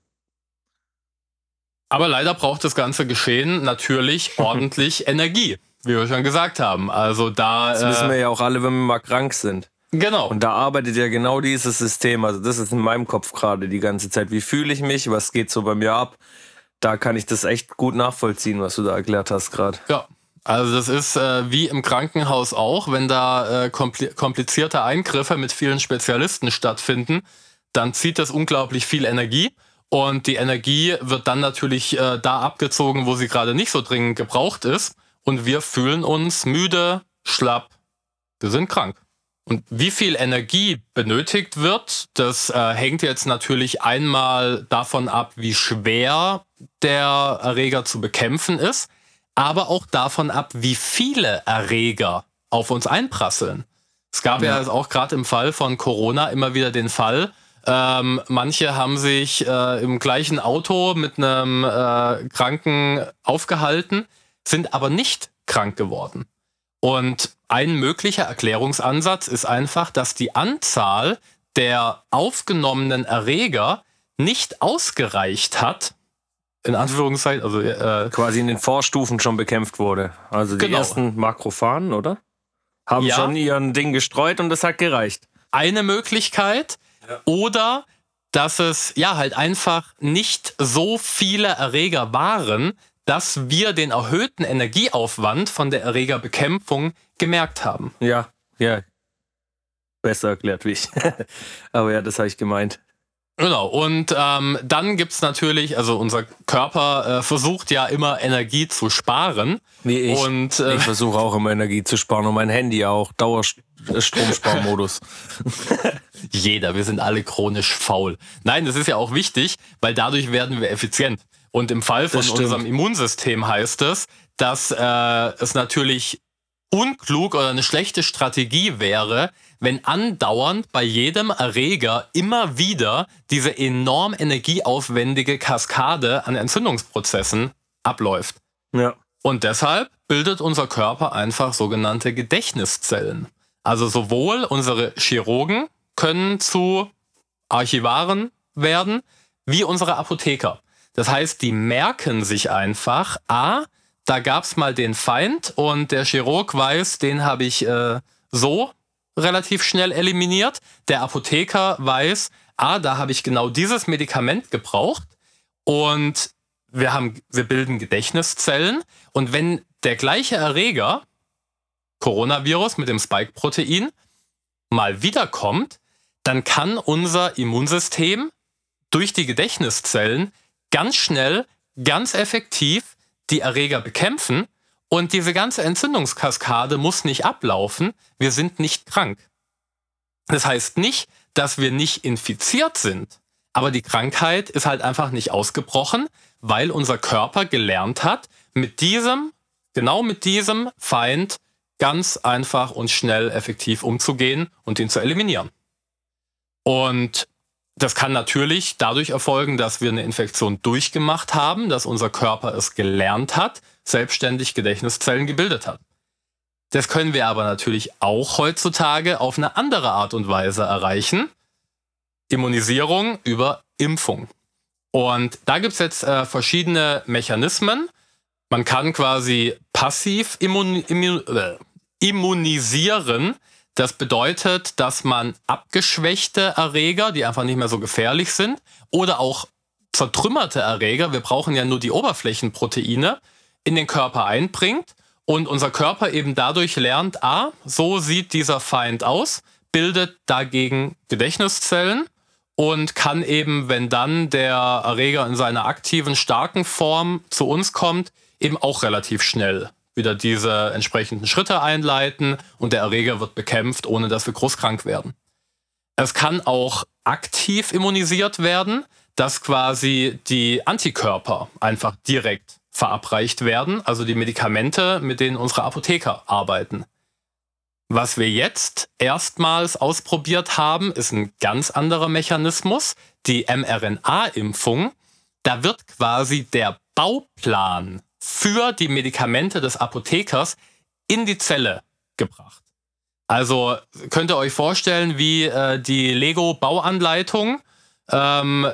Aber leider braucht das ganze Geschehen natürlich ordentlich Energie, wie wir schon gesagt haben. Also da, das wissen wir ja auch alle, wenn wir mal krank sind. Genau. Und da arbeitet ja genau dieses System. Also das ist in meinem Kopf gerade die ganze Zeit. Wie fühle ich mich? Was geht so bei mir ab? Da kann ich das echt gut nachvollziehen, was du da erklärt hast gerade. Ja, also das ist äh, wie im Krankenhaus auch. Wenn da äh, kompl- komplizierte Eingriffe mit vielen Spezialisten stattfinden, dann zieht das unglaublich viel Energie. Und die Energie wird dann natürlich äh, da abgezogen, wo sie gerade nicht so dringend gebraucht ist. Und wir fühlen uns müde, schlapp. Wir sind krank. Und wie viel Energie benötigt wird, das äh, hängt jetzt natürlich einmal davon ab, wie schwer der Erreger zu bekämpfen ist, aber auch davon ab, wie viele Erreger auf uns einprasseln. Es gab ja, ja auch gerade im Fall von Corona immer wieder den Fall, ähm, manche haben sich äh, im gleichen Auto mit einem äh, Kranken aufgehalten, sind aber nicht krank geworden. Und ein möglicher Erklärungsansatz ist einfach, dass die Anzahl der aufgenommenen Erreger nicht ausgereicht hat, in Anführungszeichen, also äh, quasi in den Vorstufen schon bekämpft wurde. Also die genau. ersten Makrophagen, oder? Haben ja. schon ihren Ding gestreut und das hat gereicht. Eine Möglichkeit. Ja. Oder dass es ja halt einfach nicht so viele Erreger waren, dass wir den erhöhten Energieaufwand von der Erregerbekämpfung gemerkt haben. Ja, ja. Besser erklärt wie ich. Aber ja, das habe ich gemeint. Genau, und ähm, dann gibt's natürlich, also unser Körper äh, versucht ja immer Energie zu sparen. Wie ich. Und, äh, ich versuche auch immer Energie zu sparen und mein Handy auch. Dauerstromsparmodus. Jeder, wir sind alle chronisch faul. Nein, das ist ja auch wichtig, weil dadurch werden wir effizient. Und im Fall von unserem Immunsystem heißt es, dass äh, es natürlich unklug oder eine schlechte Strategie wäre, wenn andauernd bei jedem Erreger immer wieder diese enorm energieaufwendige Kaskade an Entzündungsprozessen abläuft. Ja. Und deshalb bildet unser Körper einfach sogenannte Gedächtniszellen. Also sowohl unsere Chirurgen können zu Archivaren werden, wie unsere Apotheker. Das heißt, die merken sich einfach, ah, da gab's mal den Feind und der Chirurg weiß, den habe ich äh, so relativ schnell eliminiert. Der Apotheker weiß, ah, da habe ich genau dieses Medikament gebraucht und wir haben, wir bilden Gedächtniszellen. Und wenn der gleiche Erreger, Coronavirus mit dem Spike-Protein, mal wiederkommt, dann kann unser Immunsystem durch die Gedächtniszellen ganz schnell, ganz effektiv die Erreger bekämpfen und diese ganze Entzündungskaskade muss nicht ablaufen. Wir sind nicht krank. Das heißt nicht, dass wir nicht infiziert sind, aber die Krankheit ist halt einfach nicht ausgebrochen, weil unser Körper gelernt hat, mit diesem, genau mit diesem Feind ganz einfach und schnell effektiv umzugehen und ihn zu eliminieren. Und das kann natürlich dadurch erfolgen, dass wir eine Infektion durchgemacht haben, dass unser Körper es gelernt hat, selbstständig Gedächtniszellen gebildet hat. Das können wir aber natürlich auch heutzutage auf eine andere Art und Weise erreichen. Immunisierung über Impfung. Und da gibt es jetzt äh, verschiedene Mechanismen. Man kann quasi passiv immun, immun, äh, immunisieren. Das bedeutet, dass man abgeschwächte Erreger, die einfach nicht mehr so gefährlich sind, oder auch zertrümmerte Erreger, wir brauchen ja nur die Oberflächenproteine, in den Körper einbringt und unser Körper eben dadurch lernt, ah, so sieht dieser Feind aus, bildet dagegen Gedächtniszellen und kann eben, wenn dann der Erreger in seiner aktiven, starken Form zu uns kommt, eben auch relativ schnell wieder diese entsprechenden Schritte einleiten und der Erreger wird bekämpft, ohne dass wir groß krank werden. Es kann auch aktiv immunisiert werden, dass quasi die Antikörper einfach direkt verabreicht werden, also die Medikamente, mit denen unsere Apotheker arbeiten. Was wir jetzt erstmals ausprobiert haben, ist ein ganz anderer Mechanismus, die mRNA-Impfung. Da wird quasi der Bauplan für die Medikamente des Apothekers in die Zelle gebracht. Also könnt ihr euch vorstellen, wie äh, die Lego-Bauanleitung. Ähm,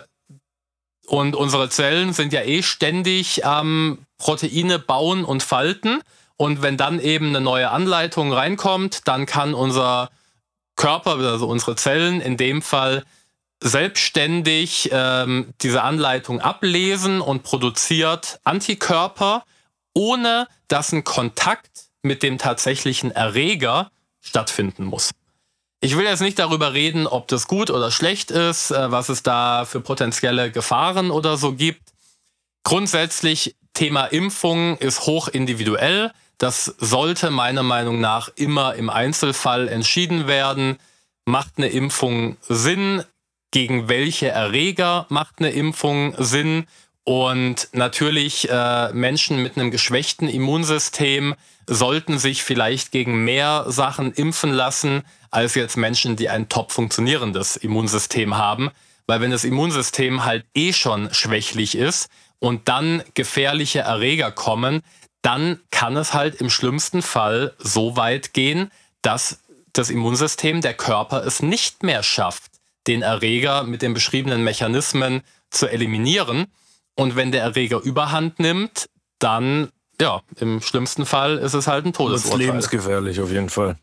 und unsere Zellen sind ja eh ständig am ähm, Proteine bauen und falten. Und wenn dann eben eine neue Anleitung reinkommt, dann kann unser Körper, also unsere Zellen in dem Fall, selbstständig ähm, diese Anleitung ablesen und produziert Antikörper, ohne dass ein Kontakt mit dem tatsächlichen Erreger stattfinden muss. Ich will jetzt nicht darüber reden, ob das gut oder schlecht ist, äh, was es da für potenzielle Gefahren oder so gibt. Grundsätzlich, Thema Impfung ist hoch individuell. Das sollte meiner Meinung nach immer im Einzelfall entschieden werden. Macht eine Impfung Sinn? Gegen welche Erreger macht eine Impfung Sinn? Und natürlich äh, Menschen mit einem geschwächten Immunsystem sollten sich vielleicht gegen mehr Sachen impfen lassen, als jetzt Menschen, die ein top funktionierendes Immunsystem haben. Weil wenn das Immunsystem halt eh schon schwächlich ist und dann gefährliche Erreger kommen, dann kann es halt im schlimmsten Fall so weit gehen, dass das Immunsystem, der Körper, es nicht mehr schafft, den Erreger mit den beschriebenen Mechanismen zu eliminieren. Und wenn der Erreger Überhand nimmt, dann, ja, im schlimmsten Fall ist es halt ein Todesurteil. Das ist lebensgefährlich auf jeden Fall.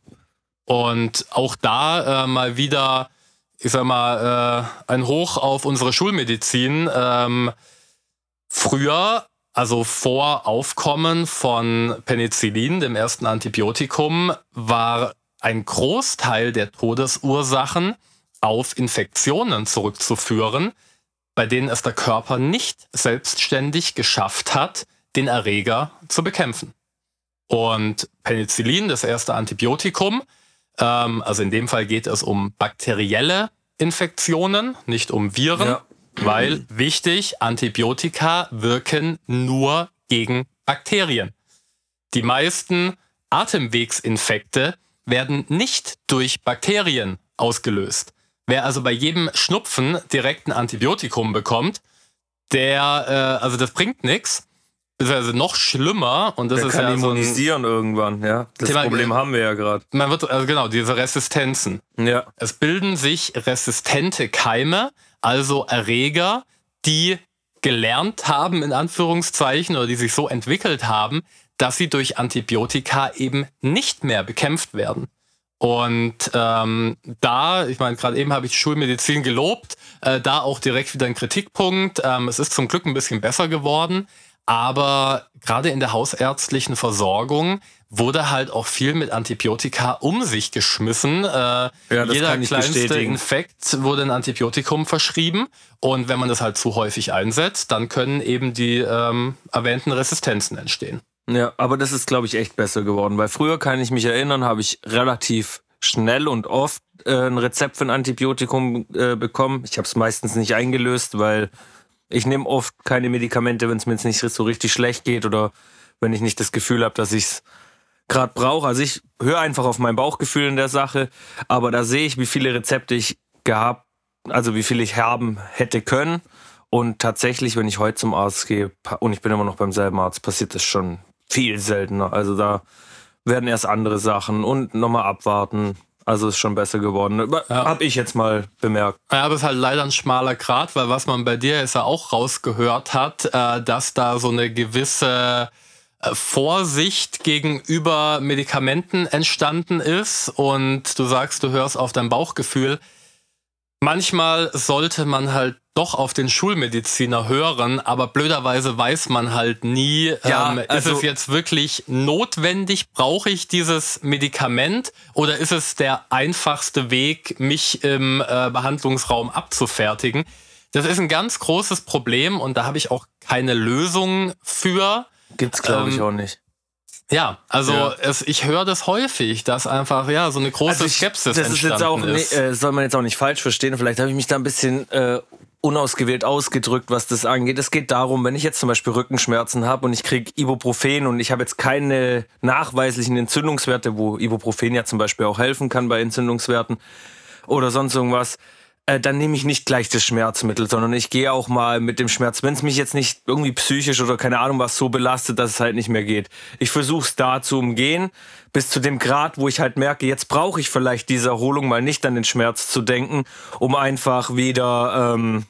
Und auch da äh, mal wieder, ich sag mal, äh, ein Hoch auf unsere Schulmedizin. Ähm, früher, also vor Aufkommen von Penicillin, dem ersten Antibiotikum, war ein Großteil der Todesursachen auf Infektionen zurückzuführen, bei denen es der Körper nicht selbstständig geschafft hat, den Erreger zu bekämpfen. Und Penicillin, das erste Antibiotikum, ähm, also in dem Fall geht es um bakterielle Infektionen, nicht um Viren, ja. Weil, wichtig, Antibiotika wirken nur gegen Bakterien. Die meisten Atemwegsinfekte werden nicht durch Bakterien ausgelöst. Wer also bei jedem Schnupfen direkt ein Antibiotikum bekommt, der, äh, also das bringt nichts, also noch schlimmer. Und das der ist kann ja immunisieren so ein irgendwann, ja. Das Thema, Problem haben wir ja gerade. Man wird, also genau, diese Resistenzen. Ja. Es bilden sich resistente Keime, also Erreger, die gelernt haben, in Anführungszeichen, oder die sich so entwickelt haben, dass sie durch Antibiotika eben nicht mehr bekämpft werden. Und ähm, da, ich meine, gerade eben habe ich die Schulmedizin gelobt, äh, da auch direkt wieder ein Kritikpunkt. Ähm, es ist zum Glück ein bisschen besser geworden, aber gerade in der hausärztlichen Versorgung wurde halt auch viel mit Antibiotika um sich geschmissen. Äh, ja, das jeder kann ich kleinste bestätigen. Infekt wurde ein Antibiotikum verschrieben. Und wenn man das halt zu häufig einsetzt, dann können eben die ähm, erwähnten Resistenzen entstehen. Ja, aber das ist, glaube ich, echt besser geworden. Weil früher, kann ich mich erinnern, habe ich relativ schnell und oft äh, ein Rezept für ein Antibiotikum äh, bekommen. Ich habe es meistens nicht eingelöst, weil ich nehme oft keine Medikamente, wenn es mir jetzt nicht so richtig schlecht geht oder wenn ich nicht das Gefühl habe, dass ich es gerade brauche. Also ich höre einfach auf mein Bauchgefühl in der Sache, aber da sehe ich, wie viele Rezepte ich gehabt, also wie viele ich haben hätte können. Und tatsächlich, wenn ich heute zum Arzt gehe und ich bin immer noch beim selben Arzt, passiert das schon viel seltener. Also da werden erst andere Sachen und nochmal abwarten. Also ist schon besser geworden. Ja. Habe ich jetzt mal bemerkt. Ja, aber es ist halt leider ein schmaler Grat, weil was man bei dir jetzt ja auch rausgehört hat, äh, dass da so eine gewisse äh, Vorsicht gegenüber Medikamenten entstanden ist und du sagst, du hörst auf dein Bauchgefühl. Manchmal sollte man halt doch auf den Schulmediziner hören, aber blöderweise weiß man halt nie, ja, ähm, also ist es jetzt wirklich notwendig, brauche ich dieses Medikament oder ist es der einfachste Weg, mich im äh, Behandlungsraum abzufertigen? Das ist ein ganz großes Problem und da habe ich auch keine Lösung für. Gibt's, glaube ich, ähm, auch nicht. Ja, also ja. Es, ich höre das häufig, dass einfach ja so eine große also ich, Skepsis das entstanden ist. Jetzt auch, ist. Nee, äh, soll man jetzt auch nicht falsch verstehen, vielleicht habe ich mich da ein bisschen äh, unausgewählt ausgedrückt, was das angeht. Es geht darum, wenn ich jetzt zum Beispiel Rückenschmerzen habe und ich kriege Ibuprofen und ich habe jetzt keine nachweislichen Entzündungswerte, wo Ibuprofen ja zum Beispiel auch helfen kann bei Entzündungswerten oder sonst irgendwas, äh, dann nehme ich nicht gleich das Schmerzmittel, sondern ich gehe auch mal mit dem Schmerz, wenn es mich jetzt nicht irgendwie psychisch oder keine Ahnung was so belastet, dass es halt nicht mehr geht. Ich versuche es da zu umgehen, bis zu dem Grad, wo ich halt merke, jetzt brauche ich vielleicht diese Erholung, mal nicht an den Schmerz zu denken, um einfach wieder, ähm,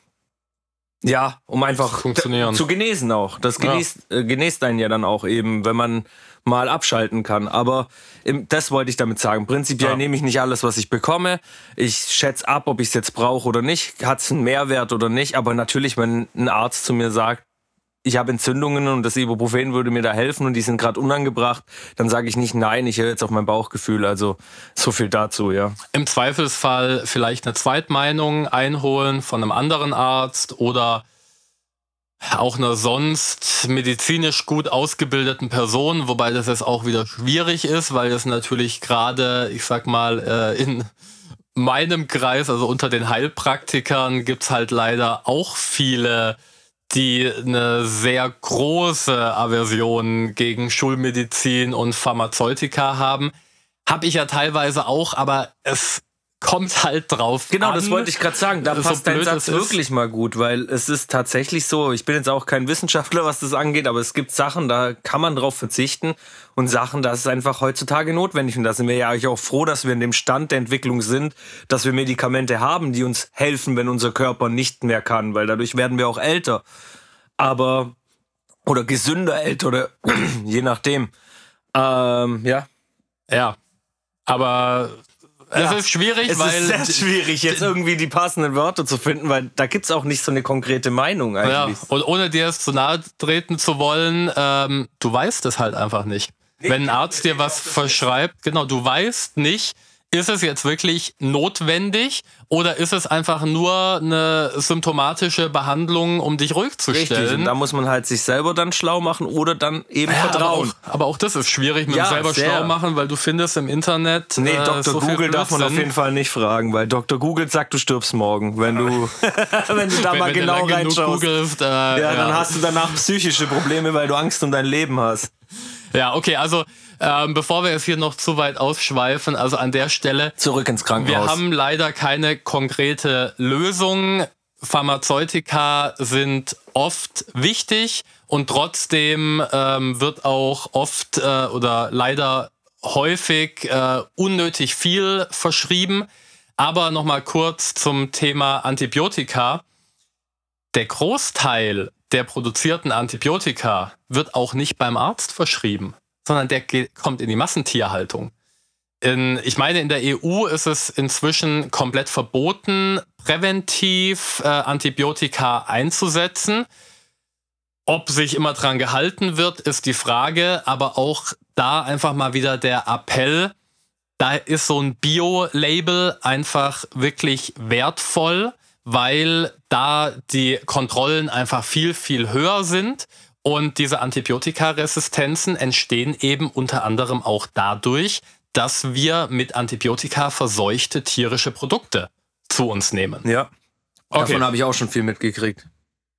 ja, um einfach funktionieren. zu genesen auch. Das genießt, ja. äh, genießt einen ja dann auch eben, wenn man mal abschalten kann. Aber im, das wollte ich damit sagen. Prinzipiell ja. nehme ich nicht alles, was ich bekomme. Ich schätze ab, ob ich es jetzt brauche oder nicht. Hat es einen Mehrwert oder nicht. Aber natürlich, wenn ein Arzt zu mir sagt, ich habe Entzündungen und das Ibuprofen würde mir da helfen und die sind gerade unangebracht, dann sage ich nicht nein, ich höre jetzt auf mein Bauchgefühl. Also so viel dazu, ja. Im Zweifelsfall vielleicht eine Zweitmeinung einholen von einem anderen Arzt oder auch einer sonst medizinisch gut ausgebildeten Person, wobei das jetzt auch wieder schwierig ist, weil es natürlich gerade, ich sag mal, äh, in meinem Kreis, also unter den Heilpraktikern, gibt's halt leider auch viele, die eine sehr große Aversion gegen Schulmedizin und Pharmazeutika haben. Hab ich ja teilweise auch, aber es kommt halt drauf Genau, an. das wollte ich gerade sagen. Da so passt dein Satz ist. wirklich mal gut, weil es ist tatsächlich so, ich bin jetzt auch kein Wissenschaftler, was das angeht, aber es gibt Sachen, da kann man drauf verzichten und Sachen, das ist einfach heutzutage notwendig und da sind wir ja eigentlich auch froh, dass wir in dem Stand der Entwicklung sind, dass wir Medikamente haben, die uns helfen, wenn unser Körper nicht mehr kann, weil dadurch werden wir auch älter. Aber, oder gesünder älter, oder je nachdem. Ähm, ja. Ja, aber es ja, ist schwierig, es weil... Es ist sehr schwierig, jetzt irgendwie die passenden Wörter zu finden, weil da gibt's auch nicht so eine konkrete Meinung eigentlich. Ja, und ohne dir es zu nahe treten zu wollen, ähm, du weißt es halt einfach nicht. Wenn ein Arzt dir was verschreibt, genau, du weißt nicht, ist es jetzt wirklich notwendig oder ist es einfach nur eine symptomatische Behandlung, um dich ruhig zu Richtig, stellen? und da muss man halt sich selber dann schlau machen oder dann eben ja, vertrauen. Aber auch, aber auch das ist schwierig mit ja, dem selber sehr. schlau machen, weil du findest im Internet. Nee, äh, Doktor so Google darf man auf Blödsinn. jeden Fall nicht fragen, weil Doktor Google sagt, du stirbst morgen, wenn du, wenn du da wenn, mal wenn genau du lange reinschaust. Googelst, äh, ja, ja, dann hast du danach psychische Probleme, weil du Angst um dein Leben hast. Ja, okay, also ähm, bevor wir jetzt hier noch zu weit ausschweifen, also an der Stelle... Zurück ins Krankenhaus. Wir haben leider keine konkrete Lösung. Pharmazeutika sind oft wichtig und trotzdem ähm, wird auch oft äh, oder leider häufig äh, unnötig viel verschrieben. Aber nochmal kurz zum Thema Antibiotika. Der Großteil der produzierten Antibiotika wird auch nicht beim Arzt verschrieben, sondern der geht, kommt in die Massentierhaltung. In, ich meine, in der E U ist es inzwischen komplett verboten, präventiv äh, Antibiotika einzusetzen. Ob sich immer dran gehalten wird, ist die Frage. Aber auch da einfach mal wieder der Appell. Da ist so ein Bio-Label einfach wirklich wertvoll, weil da die Kontrollen einfach viel, viel höher sind. Und diese Antibiotikaresistenzen entstehen eben unter anderem auch dadurch, dass wir mit Antibiotika verseuchte tierische Produkte zu uns nehmen. Ja, okay. Davon habe ich auch schon viel mitgekriegt.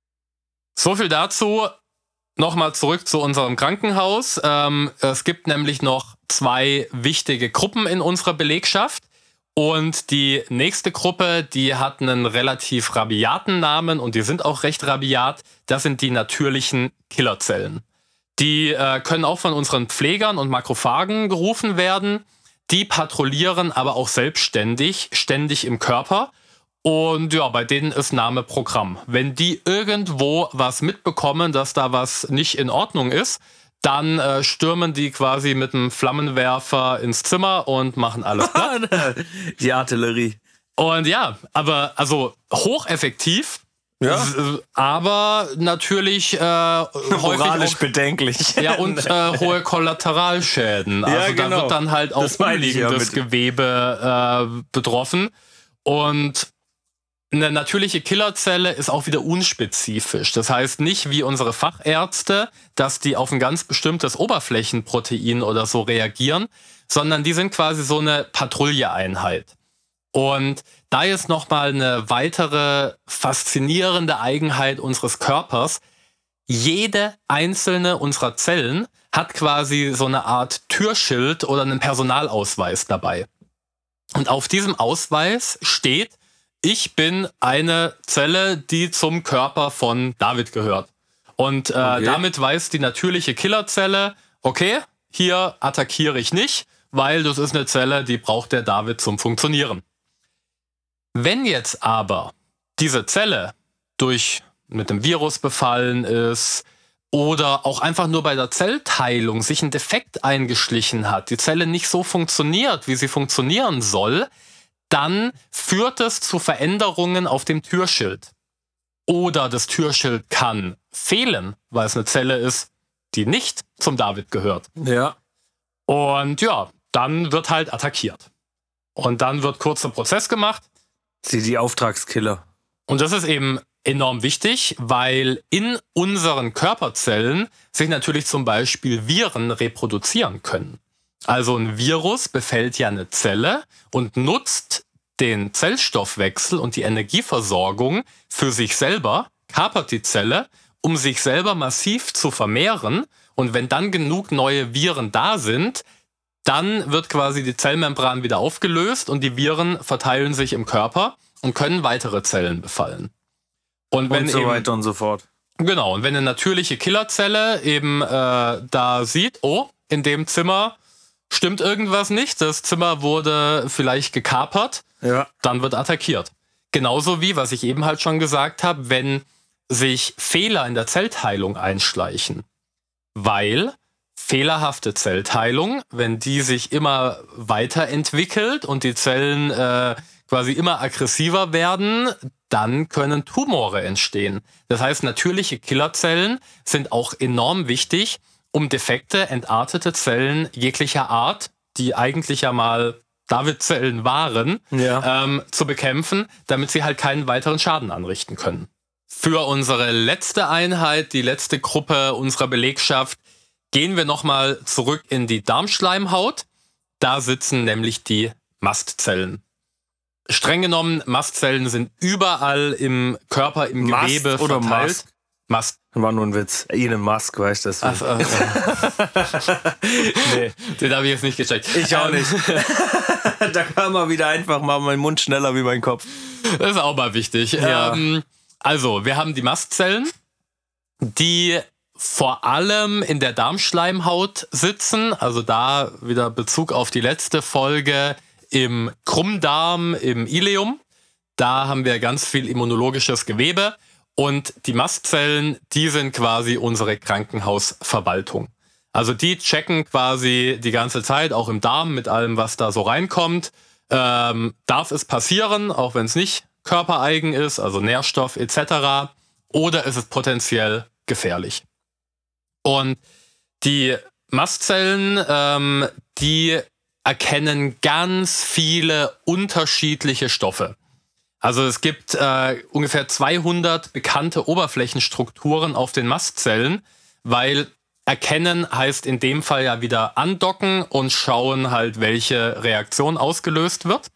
So viel dazu. Nochmal zurück zu unserem Krankenhaus. Ähm, es gibt nämlich noch zwei wichtige Gruppen in unserer Belegschaft. Und die nächste Gruppe, die hat einen relativ rabiaten Namen und die sind auch recht rabiat. Das sind die natürlichen Killerzellen. Die äh, können auch von unseren Pflegern und Makrophagen gerufen werden. Die patrouillieren aber auch selbstständig, ständig im Körper. Und ja, bei denen ist Name Programm. Wenn die irgendwo was mitbekommen, dass da was nicht in Ordnung ist, dann äh, stürmen die quasi mit einem Flammenwerfer ins Zimmer und machen alles platt. Die Artillerie. Und ja, aber also hocheffektiv. Ja. Aber natürlich äh, moralisch auch, bedenklich. Ja, und äh, hohe Kollateralschäden. Also ja, genau. Da wird dann halt auch umliegendes ja Gewebe äh, betroffen. Und eine natürliche Killerzelle ist auch wieder unspezifisch. Das heißt nicht wie unsere Fachärzte, dass die auf ein ganz bestimmtes Oberflächenprotein oder so reagieren, sondern die sind quasi so eine Patrouilleeinheit. Und da ist nochmal eine weitere faszinierende Eigenheit unseres Körpers. Jede einzelne unserer Zellen hat quasi so eine Art Türschild oder einen Personalausweis dabei. Und auf diesem Ausweis steht, ich bin eine Zelle, die zum Körper von David gehört. Und äh, okay. damit weiß die natürliche Killerzelle, okay, hier attackiere ich nicht, weil das ist eine Zelle, die braucht der David zum Funktionieren. Wenn jetzt aber diese Zelle durch mit dem Virus befallen ist oder auch einfach nur bei der Zellteilung sich ein Defekt eingeschlichen hat, die Zelle nicht so funktioniert, wie sie funktionieren soll, dann führt es zu Veränderungen auf dem Türschild. Oder das Türschild kann fehlen, weil es eine Zelle ist, die nicht zum David gehört. Ja. Und ja, dann wird halt attackiert. Und dann wird kurzer Prozess gemacht. Sie die Auftragskiller. Und das ist eben enorm wichtig, weil in unseren Körperzellen sich natürlich zum Beispiel Viren reproduzieren können. Also ein Virus befällt ja eine Zelle und nutzt den Zellstoffwechsel und die Energieversorgung für sich selber, kapert die Zelle, um sich selber massiv zu vermehren. Und wenn dann genug neue Viren da sind, dann wird quasi die Zellmembran wieder aufgelöst und die Viren verteilen sich im Körper und können weitere Zellen befallen. Und, wenn und so eben, weiter und so fort. Genau, und wenn eine natürliche Killerzelle eben äh, da sieht, oh, in dem Zimmer stimmt irgendwas nicht, das Zimmer wurde vielleicht gekapert, ja. dann wird attackiert. Genauso wie, was ich eben halt schon gesagt habe, wenn sich Fehler in der Zellteilung einschleichen. Weil fehlerhafte Zellteilung, wenn die sich immer weiterentwickelt und die Zellen äh, quasi immer aggressiver werden, dann können Tumore entstehen. Das heißt, natürliche Killerzellen sind auch enorm wichtig, um defekte, entartete Zellen jeglicher Art, die eigentlich ja mal David-Zellen waren, ja. ähm, zu bekämpfen, damit sie halt keinen weiteren Schaden anrichten können. Für unsere letzte Einheit, die letzte Gruppe unserer Belegschaft, gehen wir nochmal zurück in die Darmschleimhaut. Da sitzen nämlich die Mastzellen. Streng genommen, Mastzellen sind überall im Körper, im Mast Gewebe oder verteilt. Mast? Mast. War nur ein Witz. Elon Musk, weißt du das? Ach, äh, nee, den habe ich jetzt nicht gecheckt. Ich auch nicht. Da kam mal wieder einfach mal mein Mund schneller wie mein Kopf. Das ist auch mal wichtig. Ja. Ähm, also, wir haben die Mastzellen, die vor allem in der Darmschleimhaut sitzen. Also da wieder Bezug auf die letzte Folge im Krummdarm, im Ileum. Da haben wir ganz viel immunologisches Gewebe. Und die Mastzellen, die sind quasi unsere Krankenhausverwaltung. Also die checken quasi die ganze Zeit, auch im Darm mit allem, was da so reinkommt. Ähm, darf es passieren, auch wenn es nicht körpereigen ist, also Nährstoff et cetera, oder ist es potenziell gefährlich? Und die Mastzellen, ähm, die erkennen ganz viele unterschiedliche Stoffe. Also es gibt äh, ungefähr zweihundert bekannte Oberflächenstrukturen auf den Mastzellen, weil erkennen heißt in dem Fall ja wieder andocken und schauen halt, welche Reaktion ausgelöst wird.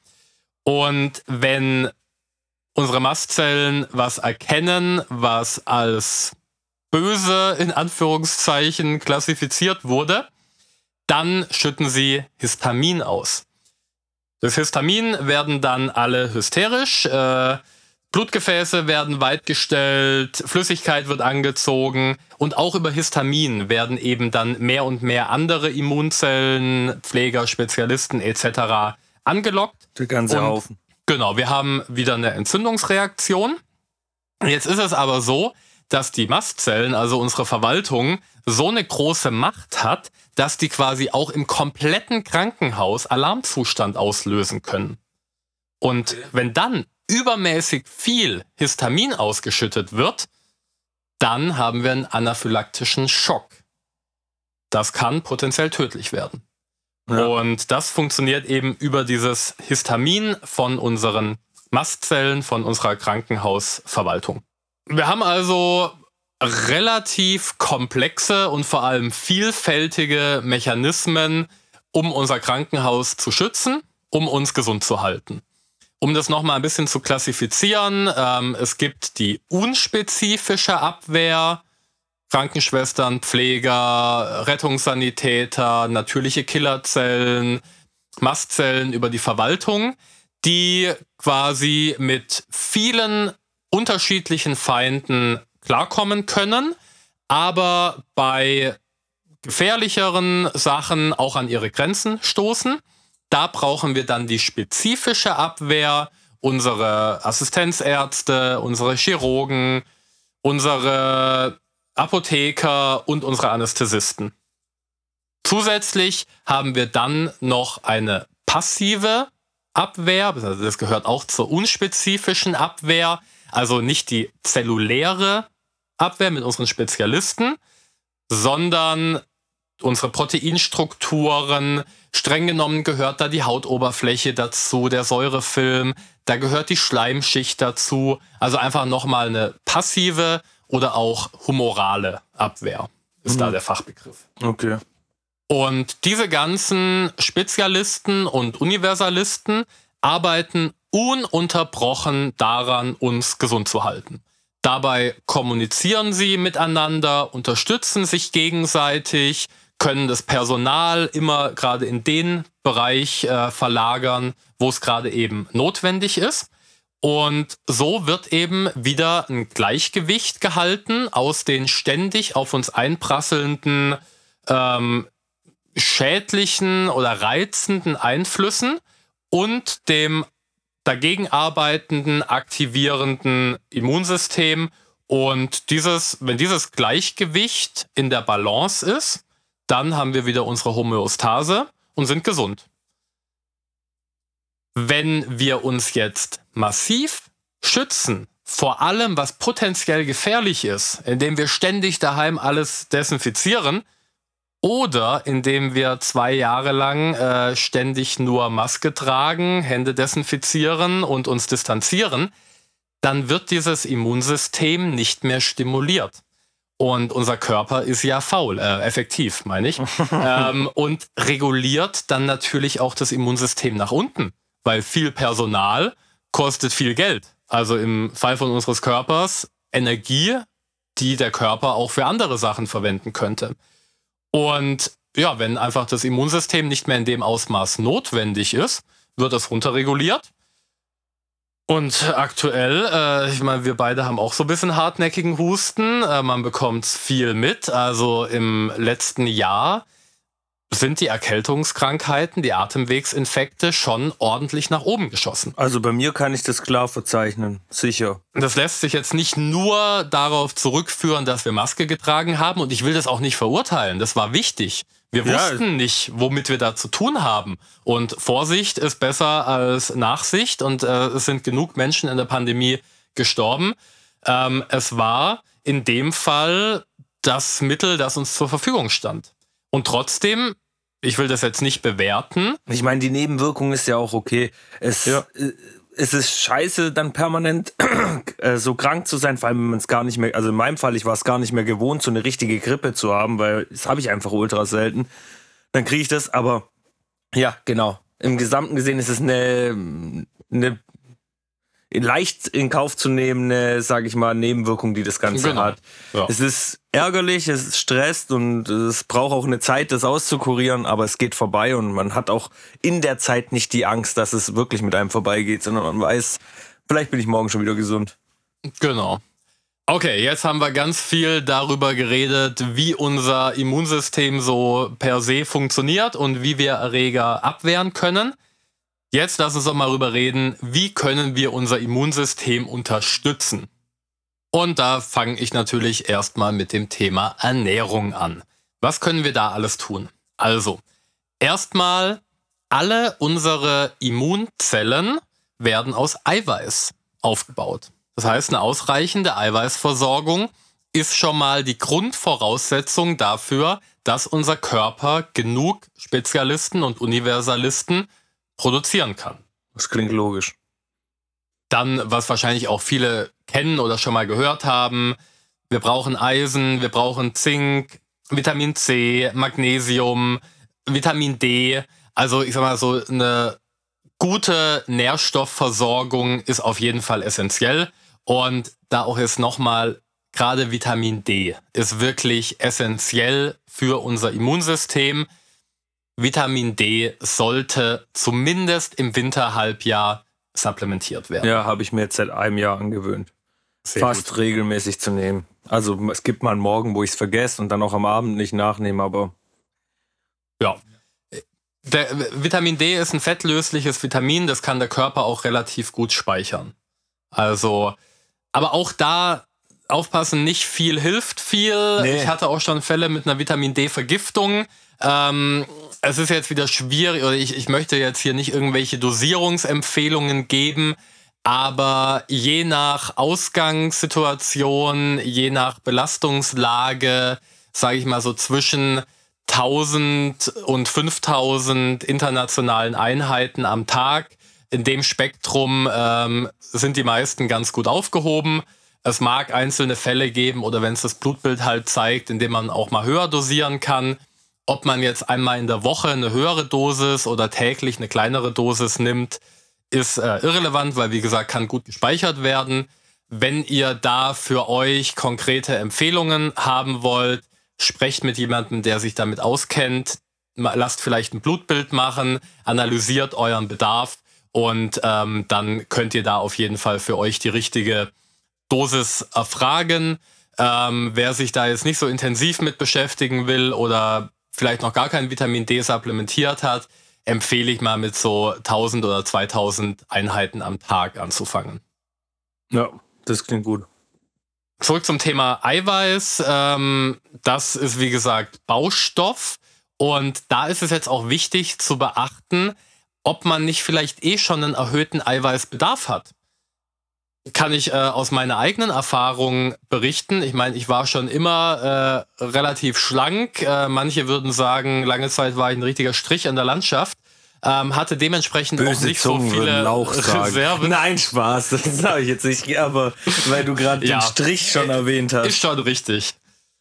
Und wenn unsere Mastzellen was erkennen, was als böse in Anführungszeichen klassifiziert wurde, dann schütten sie Histamin aus. Das Histamin werden dann alle hysterisch, äh, Blutgefäße werden weitgestellt, Flüssigkeit wird angezogen und auch über Histamin werden eben dann mehr und mehr andere Immunzellen, Pfleger, Spezialisten et cetera angelockt. Der ganze und, Haufen. Genau, wir haben wieder eine Entzündungsreaktion. Jetzt ist es aber so, dass die Mastzellen, also unsere Verwaltung, so eine große Macht hat, dass die quasi auch im kompletten Krankenhaus Alarmzustand auslösen können. Und wenn dann übermäßig viel Histamin ausgeschüttet wird, dann haben wir einen anaphylaktischen Schock. Das kann potenziell tödlich werden. Ja. Und das funktioniert eben über dieses Histamin von unseren Mastzellen, von unserer Krankenhausverwaltung. Wir haben also relativ komplexe und vor allem vielfältige Mechanismen, um unser Krankenhaus zu schützen, um uns gesund zu halten. Um das nochmal ein bisschen zu klassifizieren, ähm, es gibt die unspezifische Abwehr, Krankenschwestern, Pfleger, Rettungssanitäter, natürliche Killerzellen, Mastzellen über die Verwaltung, die quasi mit vielen unterschiedlichen Feinden klarkommen können, aber bei gefährlicheren Sachen auch an ihre Grenzen stoßen. Da brauchen wir dann die spezifische Abwehr, unsere Assistenzärzte, unsere Chirurgen, unsere Apotheker und unsere Anästhesisten. Zusätzlich haben wir dann noch eine passive Abwehr, das gehört auch zur unspezifischen Abwehr, also nicht die zelluläre Abwehr mit unseren Spezialisten, sondern unsere Proteinstrukturen. Streng genommen gehört da die Hautoberfläche dazu, der Säurefilm, da gehört die Schleimschicht dazu. Also einfach nochmal eine passive oder auch humorale Abwehr ist mhm. da der Fachbegriff. Okay. Und diese ganzen Spezialisten und Universalisten arbeiten ununterbrochen daran, uns gesund zu halten. Dabei kommunizieren sie miteinander, unterstützen sich gegenseitig, können das Personal immer gerade in den Bereich äh, verlagern, wo es gerade eben notwendig ist. Und so wird eben wieder ein Gleichgewicht gehalten aus den ständig auf uns einprasselnden ähm, schädlichen oder reizenden Einflüssen und dem dagegen arbeitenden, aktivierenden Immunsystem. Und dieses, wenn dieses Gleichgewicht in der Balance ist, dann haben wir wieder unsere Homöostase und sind gesund. Wenn wir uns jetzt massiv schützen, vor allem was potenziell gefährlich ist, indem wir ständig daheim alles desinfizieren, oder indem wir zwei Jahre lang äh, ständig nur Maske tragen, Hände desinfizieren und uns distanzieren, dann wird dieses Immunsystem nicht mehr stimuliert. Und unser Körper ist ja faul, äh, effektiv, meine ich, ähm, und reguliert dann natürlich auch das Immunsystem nach unten, weil viel Personal kostet viel Geld. Also im Fall von unseres Körpers Energie, die der Körper auch für andere Sachen verwenden könnte. Und ja, wenn einfach das Immunsystem nicht mehr in dem Ausmaß notwendig ist, wird es runterreguliert. Und aktuell, äh, ich meine, wir beide haben auch so ein bisschen hartnäckigen Husten. Äh, man bekommt viel mit. Also im letzten Jahr sind die Erkältungskrankheiten, die Atemwegsinfekte schon ordentlich nach oben geschossen. Also bei mir kann ich das klar verzeichnen, sicher. Das lässt sich jetzt nicht nur darauf zurückführen, dass wir Maske getragen haben, und ich will das auch nicht verurteilen, das war wichtig. Wir Ja. wussten nicht, womit wir da zu tun haben. Und Vorsicht ist besser als Nachsicht, und äh, es sind genug Menschen in der Pandemie gestorben. Ähm, es war in dem Fall das Mittel, das uns zur Verfügung stand. Und trotzdem, ich will das jetzt nicht bewerten. Ich meine, die Nebenwirkung ist ja auch okay. Es, Ja. äh, es ist scheiße, dann permanent äh, so krank zu sein, vor allem wenn man es gar nicht mehr, also in meinem Fall, ich war es gar nicht mehr gewohnt, so eine richtige Grippe zu haben, weil das habe ich einfach ultra selten. Dann kriege ich das, aber ja, genau. Im Gesamten gesehen ist es eine, eine leicht in Kauf zu nehmende, sage ich mal, Nebenwirkung, die das Ganze Genau. hat. Ja. Es ist ärgerlich, es stresst und es braucht auch eine Zeit, das auszukurieren, aber es geht vorbei und man hat auch in der Zeit nicht die Angst, dass es wirklich mit einem vorbeigeht, sondern man weiß, vielleicht bin ich morgen schon wieder gesund. Genau. Okay, jetzt haben wir ganz viel darüber geredet, wie unser Immunsystem so per se funktioniert und wie wir Erreger abwehren können. Jetzt lass uns doch mal darüber reden, wie können wir unser Immunsystem unterstützen. Und da fange ich natürlich erstmal mit dem Thema Ernährung an. Was können wir da alles tun? Also, erstmal, alle unsere Immunzellen werden aus Eiweiß aufgebaut. Das heißt, eine ausreichende Eiweißversorgung ist schon mal die Grundvoraussetzung dafür, dass unser Körper genug Spezialisten und Universalisten produzieren kann. Das klingt logisch. Dann, was wahrscheinlich auch viele kennen oder schon mal gehört haben, wir brauchen Eisen, wir brauchen Zink, Vitamin C, Magnesium, Vitamin D. Also ich sag mal, so eine gute Nährstoffversorgung ist auf jeden Fall essentiell. Und da auch jetzt nochmal, gerade Vitamin D ist wirklich essentiell für unser Immunsystem. Vitamin D sollte zumindest im Winterhalbjahr supplementiert werden. Ja, habe ich mir jetzt seit einem Jahr angewöhnt. Sehr Fast gut. regelmäßig zu nehmen. Also es gibt mal einen Morgen, wo ich es vergesse und dann auch am Abend nicht nachnehme, aber Ja. Der, Vitamin D ist ein fettlösliches Vitamin, das kann der Körper auch relativ gut speichern. Also, aber auch da aufpassen, nicht viel hilft viel. Nee. Ich hatte auch schon Fälle mit einer Vitamin D-Vergiftung. Ähm, es ist jetzt wieder schwierig, oder ich, ich möchte jetzt hier nicht irgendwelche Dosierungsempfehlungen geben, aber je nach Ausgangssituation, je nach Belastungslage, sage ich mal so zwischen tausend und fünftausend internationalen Einheiten am Tag. In dem Spektrum ähm, sind die meisten ganz gut aufgehoben. Es mag einzelne Fälle geben oder wenn es das Blutbild halt zeigt, in dem man auch mal höher dosieren kann. Ob man jetzt einmal in der Woche eine höhere Dosis oder täglich eine kleinere Dosis nimmt, ist äh, irrelevant, weil wie gesagt, kann gut gespeichert werden. Wenn ihr da für euch konkrete Empfehlungen haben wollt, sprecht mit jemandem, der sich damit auskennt. Lasst vielleicht ein Blutbild machen, analysiert euren Bedarf und ähm, dann könnt ihr da auf jeden Fall für euch die richtige Dosis erfragen. Ähm, wer sich da jetzt nicht so intensiv mit beschäftigen will oder vielleicht noch gar kein Vitamin D supplementiert hat, empfehle ich mal mit so tausend oder zweitausend Einheiten am Tag anzufangen. ja, das klingt gut. Zurück zum Thema Eiweiß. Ähm, das ist, wie gesagt, Baustoff. Und da ist es jetzt auch wichtig zu beachten, ob man nicht vielleicht eh schon einen erhöhten Eiweißbedarf hat. Kann ich äh, aus meiner eigenen Erfahrung berichten. Ich meine, ich war schon immer äh, relativ schlank. Äh, manche würden sagen, lange Zeit war ich ein richtiger Strich in der Landschaft. Ähm, hatte dementsprechend auch Böse nicht Zungen so viele würden Lauch sagen. Reserven. Nein, Spaß, das sage ich jetzt nicht, aber weil du gerade Ja. den Strich schon erwähnt hast. Ist schon richtig.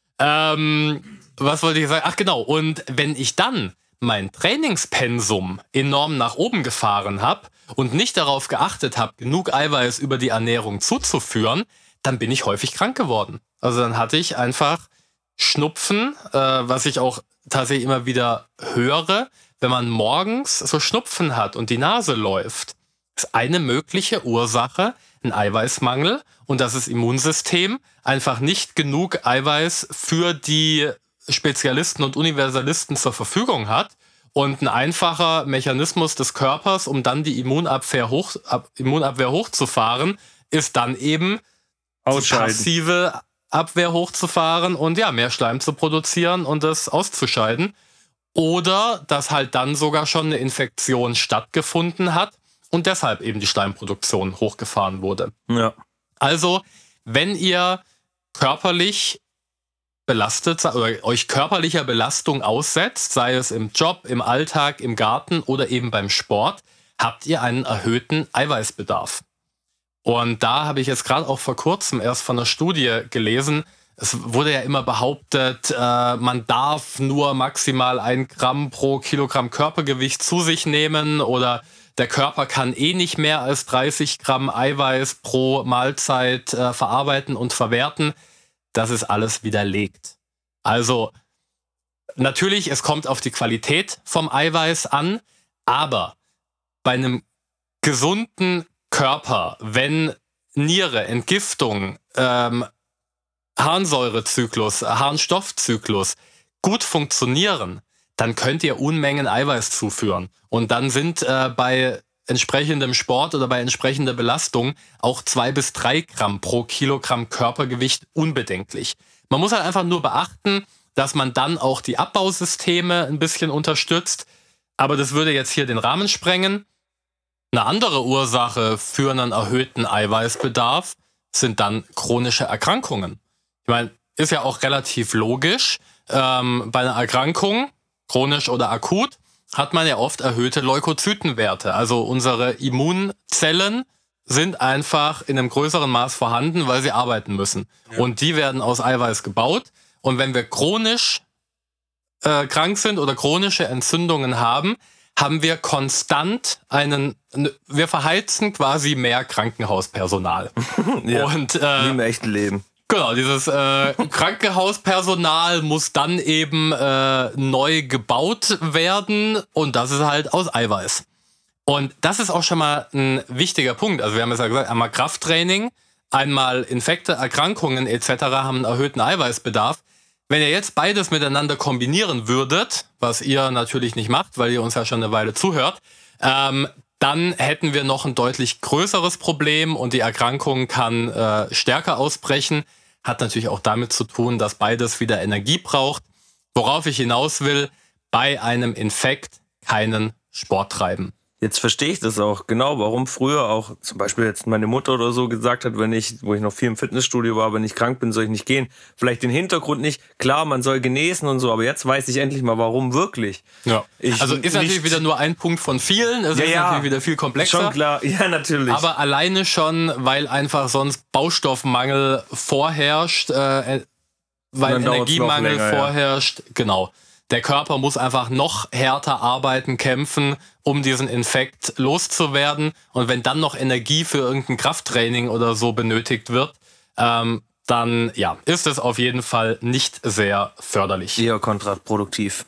Ähm, was wollte ich sagen? Ach genau, und wenn ich dann mein Trainingspensum enorm nach oben gefahren habe und nicht darauf geachtet habe, genug Eiweiß über die Ernährung zuzuführen, dann bin ich häufig krank geworden. Also dann hatte ich einfach Schnupfen, äh, was ich auch tatsächlich immer wieder höre, wenn man morgens so Schnupfen hat und die Nase läuft, ist eine mögliche Ursache ein Eiweißmangel und dass das Immunsystem einfach nicht genug Eiweiß für die Spezialisten und Universalisten zur Verfügung hat. Und ein einfacher Mechanismus des Körpers, um dann die Immunabwehr, hoch, Ab, Immunabwehr hochzufahren, ist dann eben die passive Abwehr hochzufahren und ja, mehr Schleim zu produzieren und das auszuscheiden. Oder dass halt dann sogar schon eine Infektion stattgefunden hat und deshalb eben die Schleimproduktion hochgefahren wurde. Ja. Also, wenn ihr körperlich belastet oder euch körperlicher Belastung aussetzt, sei es im Job, im Alltag, im Garten oder eben beim Sport, habt ihr einen erhöhten Eiweißbedarf. Und da habe ich jetzt gerade auch vor kurzem erst von einer Studie gelesen, es wurde ja immer behauptet, äh, man darf nur maximal ein Gramm pro Kilogramm Körpergewicht zu sich nehmen oder der Körper kann eh nicht mehr als dreißig Gramm Eiweiß pro Mahlzeit äh, verarbeiten und verwerten. Das ist alles widerlegt. Also natürlich, es kommt auf die Qualität vom Eiweiß an, aber bei einem gesunden Körper, wenn Niere, Entgiftung, ähm, Harnsäurezyklus, Harnstoffzyklus gut funktionieren, dann könnt ihr Unmengen Eiweiß zuführen. Und dann sind äh, bei entsprechendem Sport oder bei entsprechender Belastung auch zwei bis drei Gramm pro Kilogramm Körpergewicht unbedenklich. Man muss halt einfach nur beachten, dass man dann auch die Abbausysteme ein bisschen unterstützt. Aber das würde jetzt hier den Rahmen sprengen. Eine andere Ursache für einen erhöhten Eiweißbedarf sind dann chronische Erkrankungen. Ich meine, ist ja auch relativ logisch. Ähm, bei einer Erkrankung, chronisch oder akut, hat man ja oft erhöhte Leukozytenwerte. Also unsere Immunzellen sind einfach in einem größeren Maß vorhanden, weil sie arbeiten müssen. Ja. Und die werden aus Eiweiß gebaut. Und wenn wir chronisch äh, krank sind oder chronische Entzündungen haben, haben wir konstant einen, wir verheizen quasi mehr Krankenhauspersonal. Ja, und, äh, wie im echten Leben. Genau, dieses äh, Krankenhauspersonal muss dann eben äh, neu gebaut werden und das ist halt aus Eiweiß. Und das ist auch schon mal ein wichtiger Punkt. Also wir haben es ja gesagt, einmal Krafttraining, einmal Infekte, Erkrankungen et cetera haben einen erhöhten Eiweißbedarf. Wenn ihr jetzt beides miteinander kombinieren würdet, was ihr natürlich nicht macht, weil ihr uns ja schon eine Weile zuhört, ähm, dann hätten wir noch ein deutlich größeres Problem und die Erkrankung kann äh, stärker ausbrechen. Hat natürlich auch damit zu tun, dass beides wieder Energie braucht. Worauf ich hinaus will, bei einem Infekt keinen Sport treiben. Jetzt verstehe ich das auch genau, warum früher auch zum Beispiel jetzt meine Mutter oder so gesagt hat, wenn ich, wo ich noch viel im Fitnessstudio war, wenn ich krank bin, soll ich nicht gehen. Vielleicht den Hintergrund nicht. Klar, man soll genesen und so, aber jetzt weiß ich endlich mal, warum wirklich. Ja. Ich also ist natürlich wieder nur ein Punkt von vielen. Es ja, ist ja, natürlich wieder viel komplexer. Schon klar, ja natürlich. Aber alleine schon, weil einfach sonst Baustoffmangel vorherrscht, äh, weil Energiemangel länger, vorherrscht, ja. Genau. Der Körper muss einfach noch härter arbeiten, kämpfen, um diesen Infekt loszuwerden. Und wenn dann noch Energie für irgendein Krafttraining oder so benötigt wird, ähm, dann ja, ist es auf jeden Fall nicht sehr förderlich. Eher kontraproduktiv.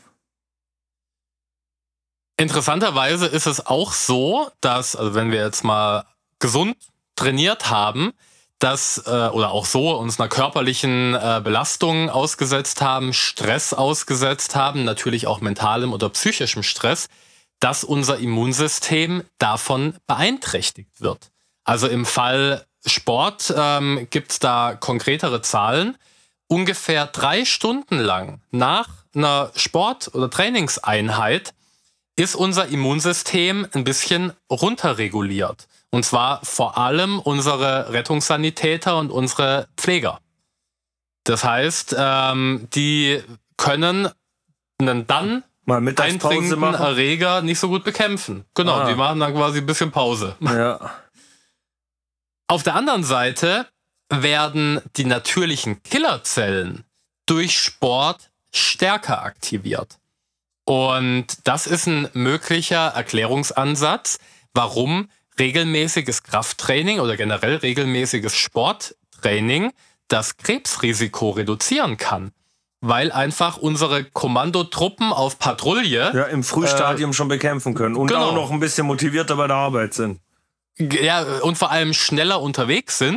Interessanterweise ist es auch so, dass, also wenn wir jetzt mal gesund trainiert haben, dass, äh, oder auch so uns einer körperlichen äh, Belastung ausgesetzt haben, Stress ausgesetzt haben, natürlich auch mentalem oder psychischem Stress, dass unser Immunsystem davon beeinträchtigt wird. Also im Fall Sport ähm, gibt es da konkretere Zahlen. Ungefähr drei Stunden lang nach einer Sport- oder Trainingseinheit ist unser Immunsystem ein bisschen runterreguliert. Und zwar vor allem unsere Rettungssanitäter und unsere Pfleger. Das heißt, ähm, die können einen dann mal eindringenden Erreger nicht so gut bekämpfen. Genau, ah. Die machen dann quasi ein bisschen Pause. Ja. Auf der anderen Seite werden die natürlichen Killerzellen durch Sport stärker aktiviert. Und das ist ein möglicher Erklärungsansatz, warum regelmäßiges Krafttraining oder generell regelmäßiges Sporttraining das Krebsrisiko reduzieren kann. Weil einfach unsere Kommandotruppen auf Patrouille ja, im Frühstadium äh, schon bekämpfen können und genau. auch noch ein bisschen motivierter bei der Arbeit sind. Ja, und vor allem schneller unterwegs sind,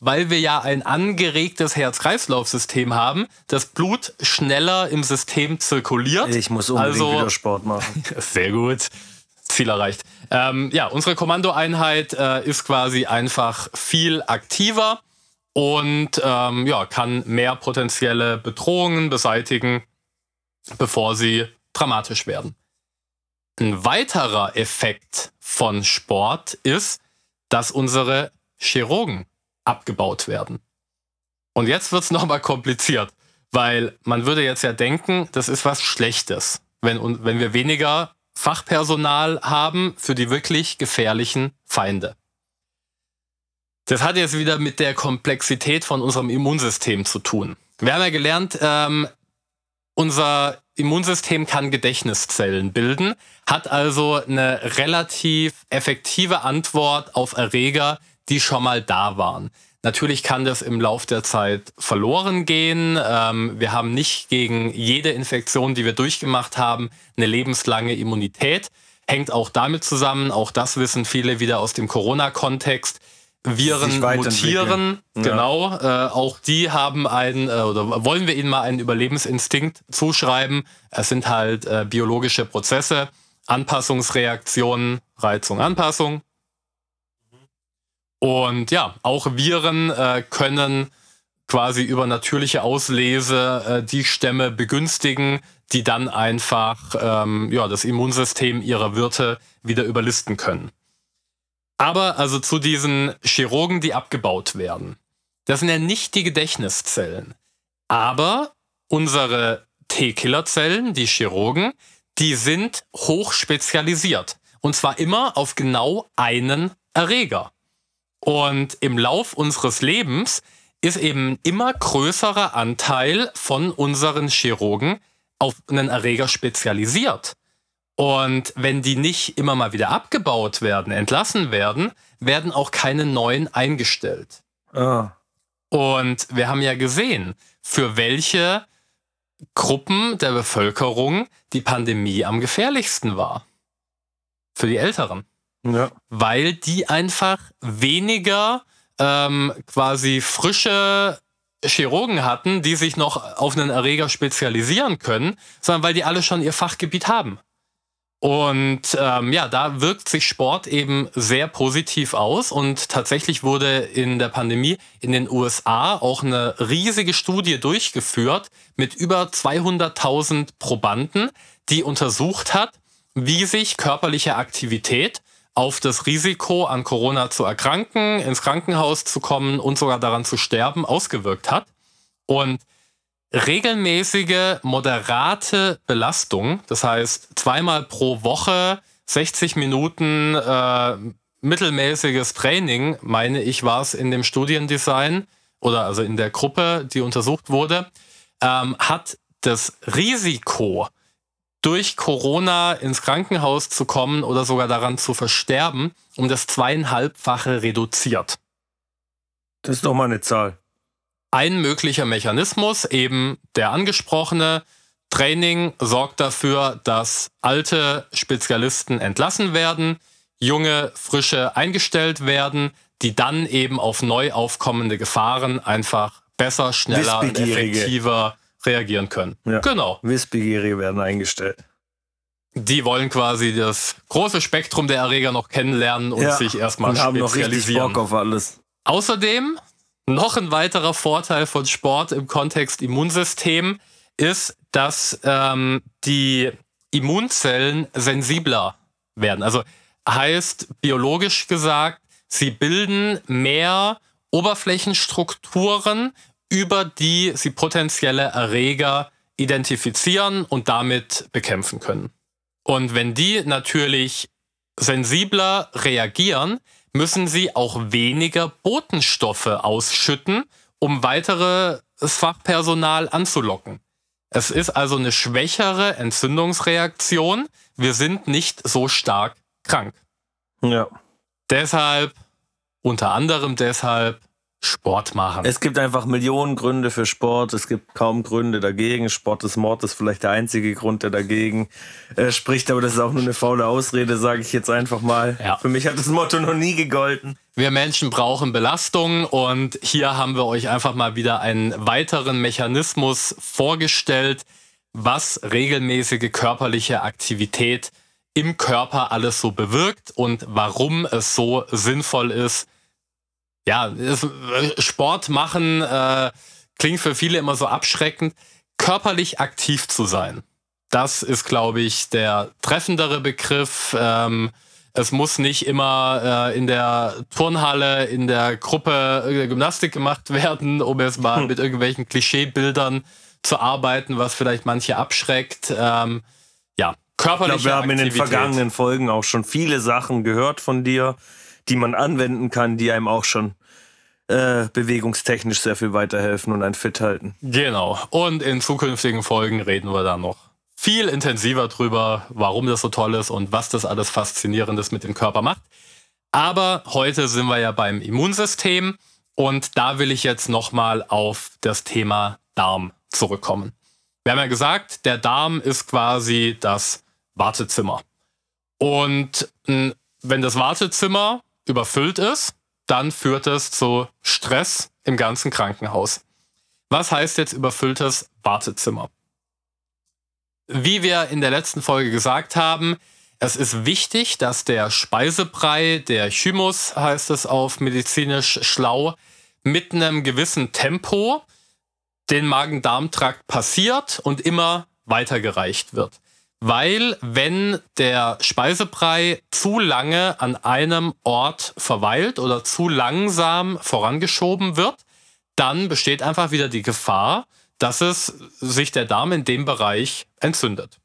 weil wir ja ein angeregtes Herz-Kreislauf-System haben, das Blut schneller im System zirkuliert. Ich muss unbedingt also, wieder Sport machen. Sehr gut. Ziel erreicht. Ähm, ja, unsere Kommandoeinheit äh, ist quasi einfach viel aktiver und ähm, ja, kann mehr potenzielle Bedrohungen beseitigen, bevor sie dramatisch werden. Ein weiterer Effekt von Sport ist, dass unsere Chirurgen abgebaut werden. Und jetzt wird es nochmal kompliziert, weil man würde jetzt ja denken, das ist was Schlechtes, wenn, wenn wir weniger Fachpersonal haben für die wirklich gefährlichen Feinde. Das hat jetzt wieder mit der Komplexität von unserem Immunsystem zu tun. Wir haben ja gelernt, ähm, unser Immunsystem kann Gedächtniszellen bilden, hat also eine relativ effektive Antwort auf Erreger, die schon mal da waren. Natürlich kann das im Lauf der Zeit verloren gehen. Ähm, wir haben nicht gegen jede Infektion, die wir durchgemacht haben, eine lebenslange Immunität. Hängt auch damit zusammen, auch das wissen viele wieder aus dem Corona-Kontext. Viren mutieren, ja. Genau. Äh, auch die haben einen, äh, oder wollen wir ihnen mal einen Überlebensinstinkt zuschreiben. Es sind halt äh, biologische Prozesse, Anpassungsreaktionen, Reizung, Anpassung. Und ja, auch Viren äh, können quasi über natürliche Auslese äh, die Stämme begünstigen, die dann einfach ähm, ja, das Immunsystem ihrer Wirte wieder überlisten können. Aber also zu diesen Chirurgen, die abgebaut werden. Das sind ja nicht die Gedächtniszellen. Aber unsere T-Killerzellen, die Chirurgen, die sind hoch spezialisiert. Und zwar immer auf genau einen Erreger. Und im Lauf unseres Lebens ist eben ein immer größerer Anteil von unseren Chirurgen auf einen Erreger spezialisiert. Und wenn die nicht immer mal wieder abgebaut werden, entlassen werden, werden auch keine neuen eingestellt. Ah. Und wir haben ja gesehen, für welche Gruppen der Bevölkerung die Pandemie am gefährlichsten war. Für die Älteren. Ja. Weil die einfach weniger ähm, quasi frische Chirurgen hatten, die sich noch auf einen Erreger spezialisieren können, sondern weil die alle schon ihr Fachgebiet haben. Und ähm, ja, da wirkt sich Sport eben sehr positiv aus und tatsächlich wurde in der Pandemie in den U S A auch eine riesige Studie durchgeführt mit über zweihunderttausend Probanden, die untersucht hat, wie sich körperliche Aktivität auf das Risiko, an Corona zu erkranken, ins Krankenhaus zu kommen und sogar daran zu sterben, ausgewirkt hat. Und regelmäßige, moderate Belastung, das heißt zweimal pro Woche, sechzig Minuten äh, mittelmäßiges Training, meine ich, war es in dem Studiendesign oder also in der Gruppe, die untersucht wurde, ähm, hat das Risiko, durch Corona ins Krankenhaus zu kommen oder sogar daran zu versterben, um das zweieinhalbfache reduziert. Das ist doch mal eine Zahl. Ein möglicher Mechanismus, eben der angesprochene Training, sorgt dafür, dass alte Spezialisten entlassen werden, junge, frische eingestellt werden, die dann eben auf neu aufkommende Gefahren einfach besser, schneller und effektiver reagieren können. Ja. Genau. Wissbegierige werden eingestellt. Die wollen quasi das große Spektrum der Erreger noch kennenlernen und ja. sich erstmal und haben spezialisieren. noch richtig Bock auf alles. Außerdem, noch ein weiterer Vorteil von Sport im Kontext Immunsystem ist, dass ähm, die Immunzellen sensibler werden. Also heißt biologisch gesagt, sie bilden mehr Oberflächenstrukturen, über die sie potenzielle Erreger identifizieren und damit bekämpfen können. Und wenn die natürlich sensibler reagieren, müssen sie auch weniger Botenstoffe ausschütten, um weiteres Fachpersonal anzulocken. Es ist also eine schwächere Entzündungsreaktion. Wir sind nicht so stark krank. Ja. Deshalb, unter anderem deshalb, Sport machen. Es gibt einfach Millionen Gründe für Sport. Es gibt kaum Gründe dagegen. Sport ist Mord, ist vielleicht der einzige Grund, der dagegen äh, spricht. Aber das ist auch nur eine faule Ausrede, sage ich jetzt einfach mal. Ja. Für mich hat das Motto noch nie gegolten. Wir Menschen brauchen Belastung und hier haben wir euch einfach mal wieder einen weiteren Mechanismus vorgestellt, was regelmäßige körperliche Aktivität im Körper alles so bewirkt und warum es so sinnvoll ist. Ja, es, Sport machen äh, klingt für viele immer so abschreckend. Körperlich aktiv zu sein, das ist, glaube ich, der treffendere Begriff. Ähm, es muss nicht immer äh, in der Turnhalle, in der Gruppe äh, Gymnastik gemacht werden, um jetzt mal hm. mit irgendwelchen Klischeebildern zu arbeiten, was vielleicht manche abschreckt. Ähm, ja, körperliche ich glaub, wir haben Aktivität. in den vergangenen Folgen auch schon viele Sachen gehört von dir, die man anwenden kann, die einem auch schon äh, bewegungstechnisch sehr viel weiterhelfen und einen fit halten. Genau. Und in zukünftigen Folgen reden wir da noch viel intensiver drüber, warum das so toll ist und was das alles Faszinierendes mit dem Körper macht. Aber heute sind wir ja beim Immunsystem und da will ich jetzt nochmal auf das Thema Darm zurückkommen. Wir haben ja gesagt, der Darm ist quasi das Wartezimmer. Und wenn das Wartezimmer überfüllt ist, dann führt es zu Stress im ganzen Krankenhaus. Was heißt jetzt überfülltes Wartezimmer? Wie wir in der letzten Folge gesagt haben, es ist wichtig, dass der Speisebrei, der Thymus heißt es auf medizinisch schlau, mit einem gewissen Tempo den Magen-Darm-Trakt passiert und immer weitergereicht wird. Weil wenn der Speisebrei zu lange an einem Ort verweilt oder zu langsam vorangeschoben wird, dann besteht einfach wieder die Gefahr, dass es sich der Darm in dem Bereich entzündet.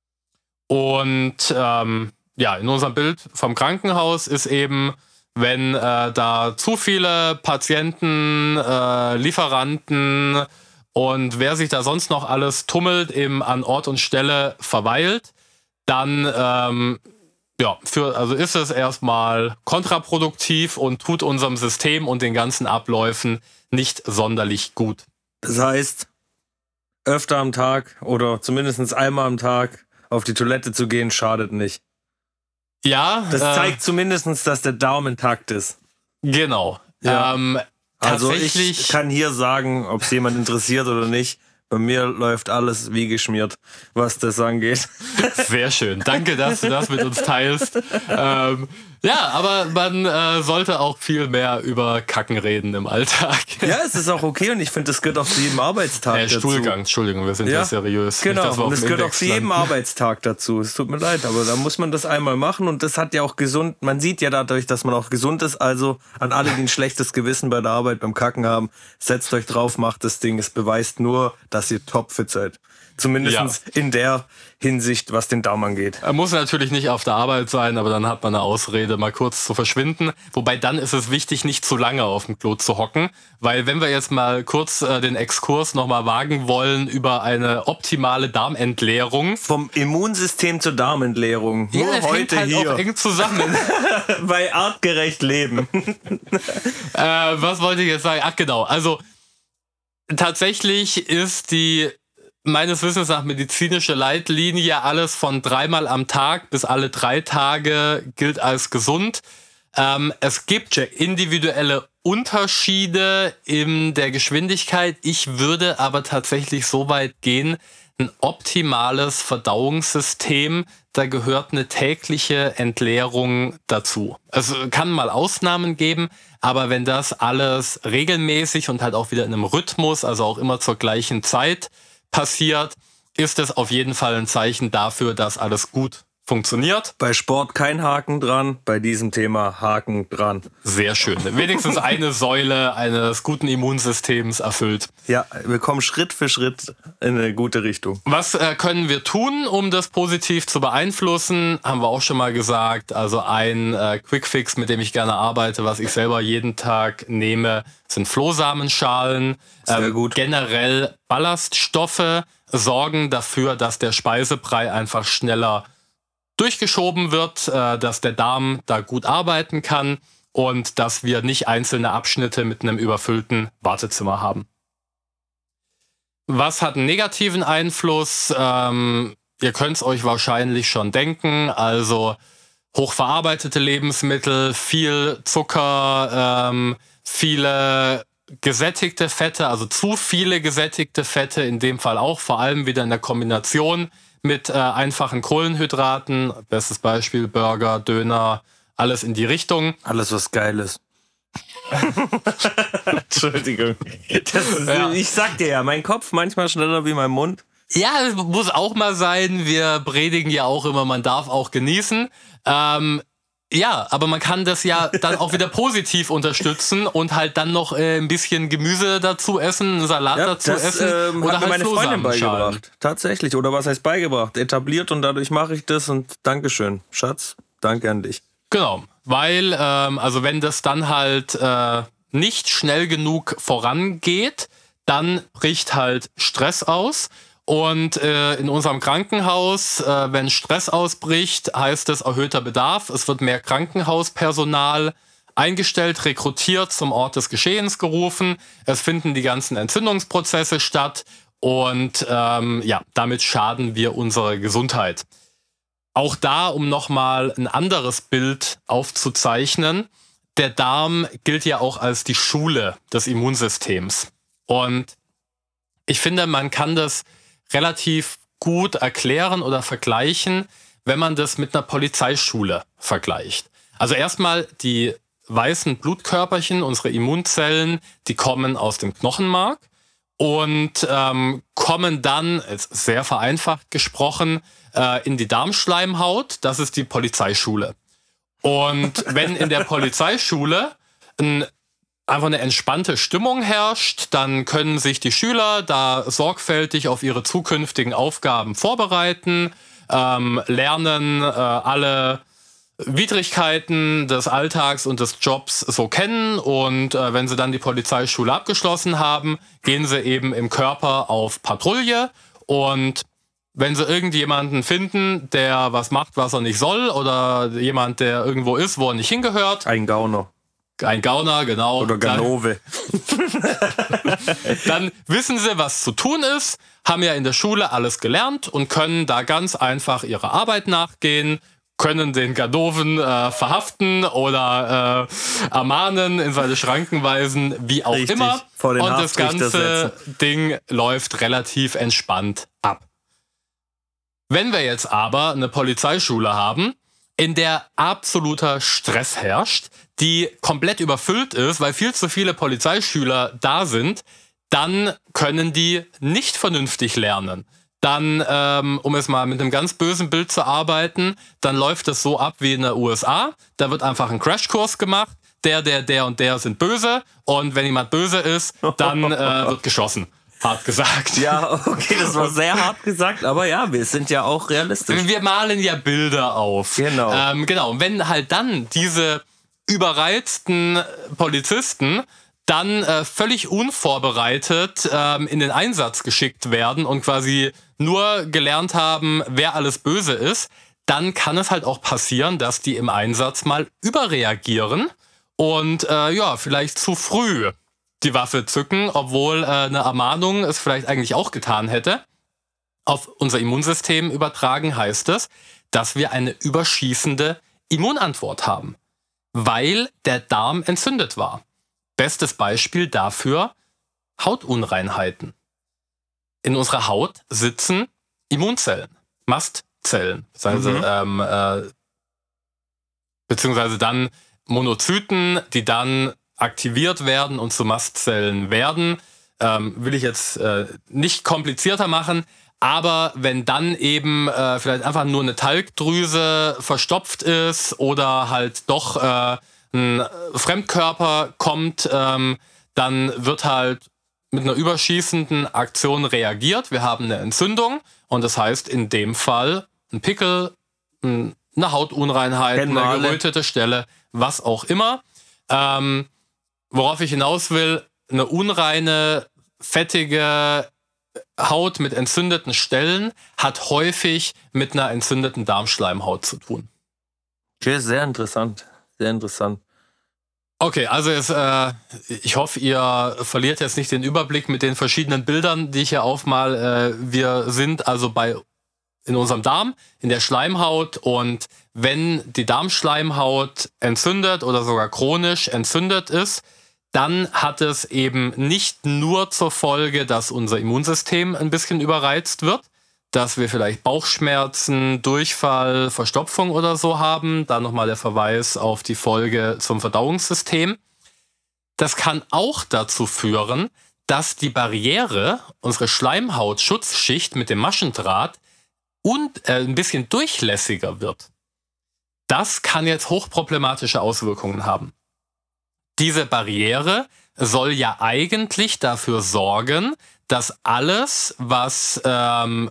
Und ähm, ja, in unserem Bild vom Krankenhaus ist eben, wenn äh, da zu viele Patienten, äh, Lieferanten und wer sich da sonst noch alles tummelt, eben an Ort und Stelle verweilt, dann ähm, ja, für, also ist es erstmal kontraproduktiv und tut unserem System und den ganzen Abläufen nicht sonderlich gut. Das heißt, öfter am Tag oder zumindest einmal am Tag auf die Toilette zu gehen, schadet nicht. Ja. Das äh, zeigt zumindest, dass der Darm intakt ist. Genau. Ja. Ähm, Also tatsächlich, ich kann hier sagen, ob es jemand interessiert oder nicht, bei mir läuft alles wie geschmiert, was das angeht. Sehr schön. Danke, dass du das mit uns teilst. Ähm, ja, aber man äh, sollte auch viel mehr über Kacken reden im Alltag. Ja, es ist auch okay und ich finde, das gehört auch zu jedem Arbeitstag äh, dazu. Stuhlgang, Entschuldigung, wir sind ja, ja seriös. Genau, Nicht, und es gehört auch zu jedem Arbeitstag dazu. Es tut mir leid, aber da muss man das einmal machen und das hat ja auch gesund, man sieht ja dadurch, dass man auch gesund ist, also an alle, die ein schlechtes Gewissen bei der Arbeit beim Kacken haben, setzt euch drauf, macht das Ding. Es beweist nur, dass ihr topfit seid. Zumindest ja. in der Hinsicht, was den Darm angeht. Er muss natürlich nicht auf der Arbeit sein, aber dann hat man eine Ausrede, mal kurz zu verschwinden. Wobei dann ist es wichtig, nicht zu lange auf dem Klo zu hocken. Weil wenn wir jetzt mal kurz äh, den Exkurs nochmal wagen wollen über eine optimale Darmentleerung. Vom Immunsystem zur Darmentleerung. Ja, Nur das heute hängt halt hier. Auch eng zusammen. Bei artgerecht leben. äh, was wollte ich jetzt sagen? Ach genau, also tatsächlich ist die meines Wissens nach medizinische Leitlinie alles von dreimal am Tag bis alle drei Tage gilt als gesund. Ähm, es gibt individuelle Unterschiede in der Geschwindigkeit. Ich würde aber tatsächlich so weit gehen, ein optimales Verdauungssystem, da gehört eine tägliche Entleerung dazu. Es kann mal Ausnahmen geben, aber wenn das alles regelmäßig und halt auch wieder in einem Rhythmus, also auch immer zur gleichen Zeit passiert, ist es auf jeden Fall ein Zeichen dafür, dass alles gut funktioniert. Bei Sport kein Haken dran, bei diesem Thema Haken dran. Sehr schön. Wenigstens eine Säule eines guten Immunsystems erfüllt. Ja, wir kommen Schritt für Schritt in eine gute Richtung. Was äh, können wir tun, um das positiv zu beeinflussen? Haben wir auch schon mal gesagt. Also ein äh, Quickfix, mit dem ich gerne arbeite, was ich selber jeden Tag nehme, sind Flohsamenschalen. Sehr ähm, gut. Generell Ballaststoffe sorgen dafür, dass der Speisebrei einfach schneller durchgeschoben wird, äh, dass der Darm da gut arbeiten kann. und dass wir nicht einzelne Abschnitte mit einem überfüllten Wartezimmer haben. Was hat einen negativen Einfluss? Ähm, ihr könnt es euch wahrscheinlich schon denken, also hochverarbeitete Lebensmittel, viel Zucker, ähm, viele gesättigte Fette, also zu viele gesättigte Fette, in dem Fall auch, vor allem wieder in der Kombination mit äh, einfachen Kohlenhydraten. Bestes Beispiel Burger, Döner, alles in die Richtung. Alles, was geil ist. Entschuldigung. Das ist, Ja. Ich sag dir ja, mein Kopf manchmal schneller wie mein Mund. Ja, es muss auch mal sein. Wir predigen ja auch immer, man darf auch genießen. Ähm, ja, aber man kann das ja dann auch wieder positiv unterstützen und halt dann noch äh, ein bisschen Gemüse dazu essen, einen Salat Ja, dazu das essen. ähm, oder hat mir halt meine Freundin Flohsamenschalen. beigebracht. Tatsächlich. Oder was heißt beigebracht? Etabliert und dadurch mache ich das und Dankeschön. Schatz, danke an dich. Genau, weil, ähm, also wenn das dann halt äh, nicht schnell genug vorangeht, dann bricht halt Stress aus. Und äh, in unserem Krankenhaus, äh, wenn Stress ausbricht, heißt es erhöhter Bedarf. Es wird mehr Krankenhauspersonal eingestellt, rekrutiert, zum Ort des Geschehens gerufen. Es finden die ganzen Entzündungsprozesse statt und ähm, ja, damit schaden wir unserer Gesundheit. Auch da, um nochmal ein anderes Bild aufzuzeichnen, der Darm gilt ja auch als die Schule des Immunsystems. Und ich finde, man kann das relativ gut erklären oder vergleichen, wenn man das mit einer Polizeischule vergleicht. Also erstmal die weißen Blutkörperchen, unsere Immunzellen, die kommen aus dem Knochenmark und ähm, kommen dann, sehr vereinfacht gesprochen, äh, in die Darmschleimhaut. Das ist die Polizeischule. Und wenn in der Polizeischule ein einfach eine entspannte Stimmung herrscht, dann können sich die Schüler da sorgfältig auf ihre zukünftigen Aufgaben vorbereiten, ähm, lernen äh, alle Widrigkeiten des Alltags und des Jobs so kennen und äh, wenn sie dann die Polizeischule abgeschlossen haben, gehen sie eben im Körper auf Patrouille und wenn sie irgendjemanden finden, der was macht, was er nicht soll oder jemand, der irgendwo ist, wo er nicht hingehört, Ein Gauner. ein Gauner, genau. Oder Ganove. Dann, dann wissen sie, was zu tun ist, haben ja in der Schule alles gelernt und können da ganz einfach ihrer Arbeit nachgehen, können den Ganoven äh, verhaften oder äh, ermahnen, in seine Schranken weisen, wie auch Richtig, immer. vor den Und das Haftrichter ganze Ding läuft relativ entspannt ab. Wenn wir jetzt aber eine Polizeischule haben, in der absoluter Stress herrscht, die komplett überfüllt ist, weil viel zu viele Polizeischüler da sind, dann können die nicht vernünftig lernen. Dann, ähm, um es mal mit einem ganz bösen Bild zu arbeiten, dann läuft es so ab wie in den U S A. Da wird einfach ein Crashkurs gemacht. Der, der, der und der sind böse. Und wenn jemand böse ist, dann äh, wird geschossen. Hart gesagt. Ja, okay, das war sehr hart gesagt, aber ja, wir sind ja auch realistisch. Wir malen ja Bilder auf. Genau. Ähm, genau. Und wenn halt dann diese überreizten Polizisten dann äh, völlig unvorbereitet ähm, in den Einsatz geschickt werden und quasi nur gelernt haben, wer alles böse ist, dann kann es halt auch passieren, dass die im Einsatz mal überreagieren und äh, ja, vielleicht zu früh die Waffe zücken, obwohl äh, eine Ermahnung es vielleicht eigentlich auch getan hätte. Auf unser Immunsystem übertragen heißt es, dass wir eine überschießende Immunantwort haben, weil der Darm entzündet war. Bestes Beispiel dafür Hautunreinheiten. In unserer Haut sitzen Immunzellen, Mastzellen, beziehungsweise, Mhm. ähm, äh, beziehungsweise dann Monozyten, die dann aktiviert werden und zu Mastzellen werden. Ähm, will ich jetzt äh, nicht komplizierter machen, aber wenn dann eben äh, vielleicht einfach nur eine Talgdrüse verstopft ist oder halt doch äh, ein Fremdkörper kommt, ähm, dann wird halt mit einer überschießenden Aktion reagiert. Wir haben eine Entzündung und das heißt in dem Fall ein Pickel, ein, eine Hautunreinheit, Kennen wir eine alle. gerötete Stelle, was auch immer. Ähm, worauf ich hinaus will, eine unreine, fettige Haut mit entzündeten Stellen hat häufig mit einer entzündeten Darmschleimhaut zu tun. Okay, sehr interessant. Sehr interessant. Okay, also jetzt, äh, ich hoffe, ihr verliert jetzt nicht den Überblick mit den verschiedenen Bildern, die ich hier aufmal. Äh, wir sind also bei in unserem Darm, in der Schleimhaut, und wenn die Darmschleimhaut entzündet oder sogar chronisch entzündet ist, dann hat es eben nicht nur zur Folge, dass unser Immunsystem ein bisschen überreizt wird, dass wir vielleicht Bauchschmerzen, Durchfall, Verstopfung oder so haben. Da nochmal der Verweis auf die Folge zum Verdauungssystem. Das kann auch dazu führen, dass die Barriere, unsere Schleimhautschutzschicht mit dem Maschendraht, und äh, ein bisschen durchlässiger wird. Das kann jetzt hochproblematische Auswirkungen haben. Diese Barriere soll ja eigentlich dafür sorgen, dass alles, was ähm,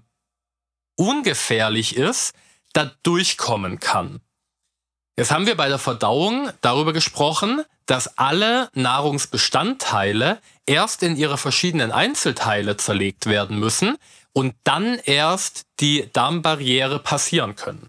ungefährlich ist, da durchkommen kann. Jetzt haben wir bei der Verdauung darüber gesprochen, dass alle Nahrungsbestandteile erst in ihre verschiedenen Einzelteile zerlegt werden müssen und dann erst die Darmbarriere passieren können.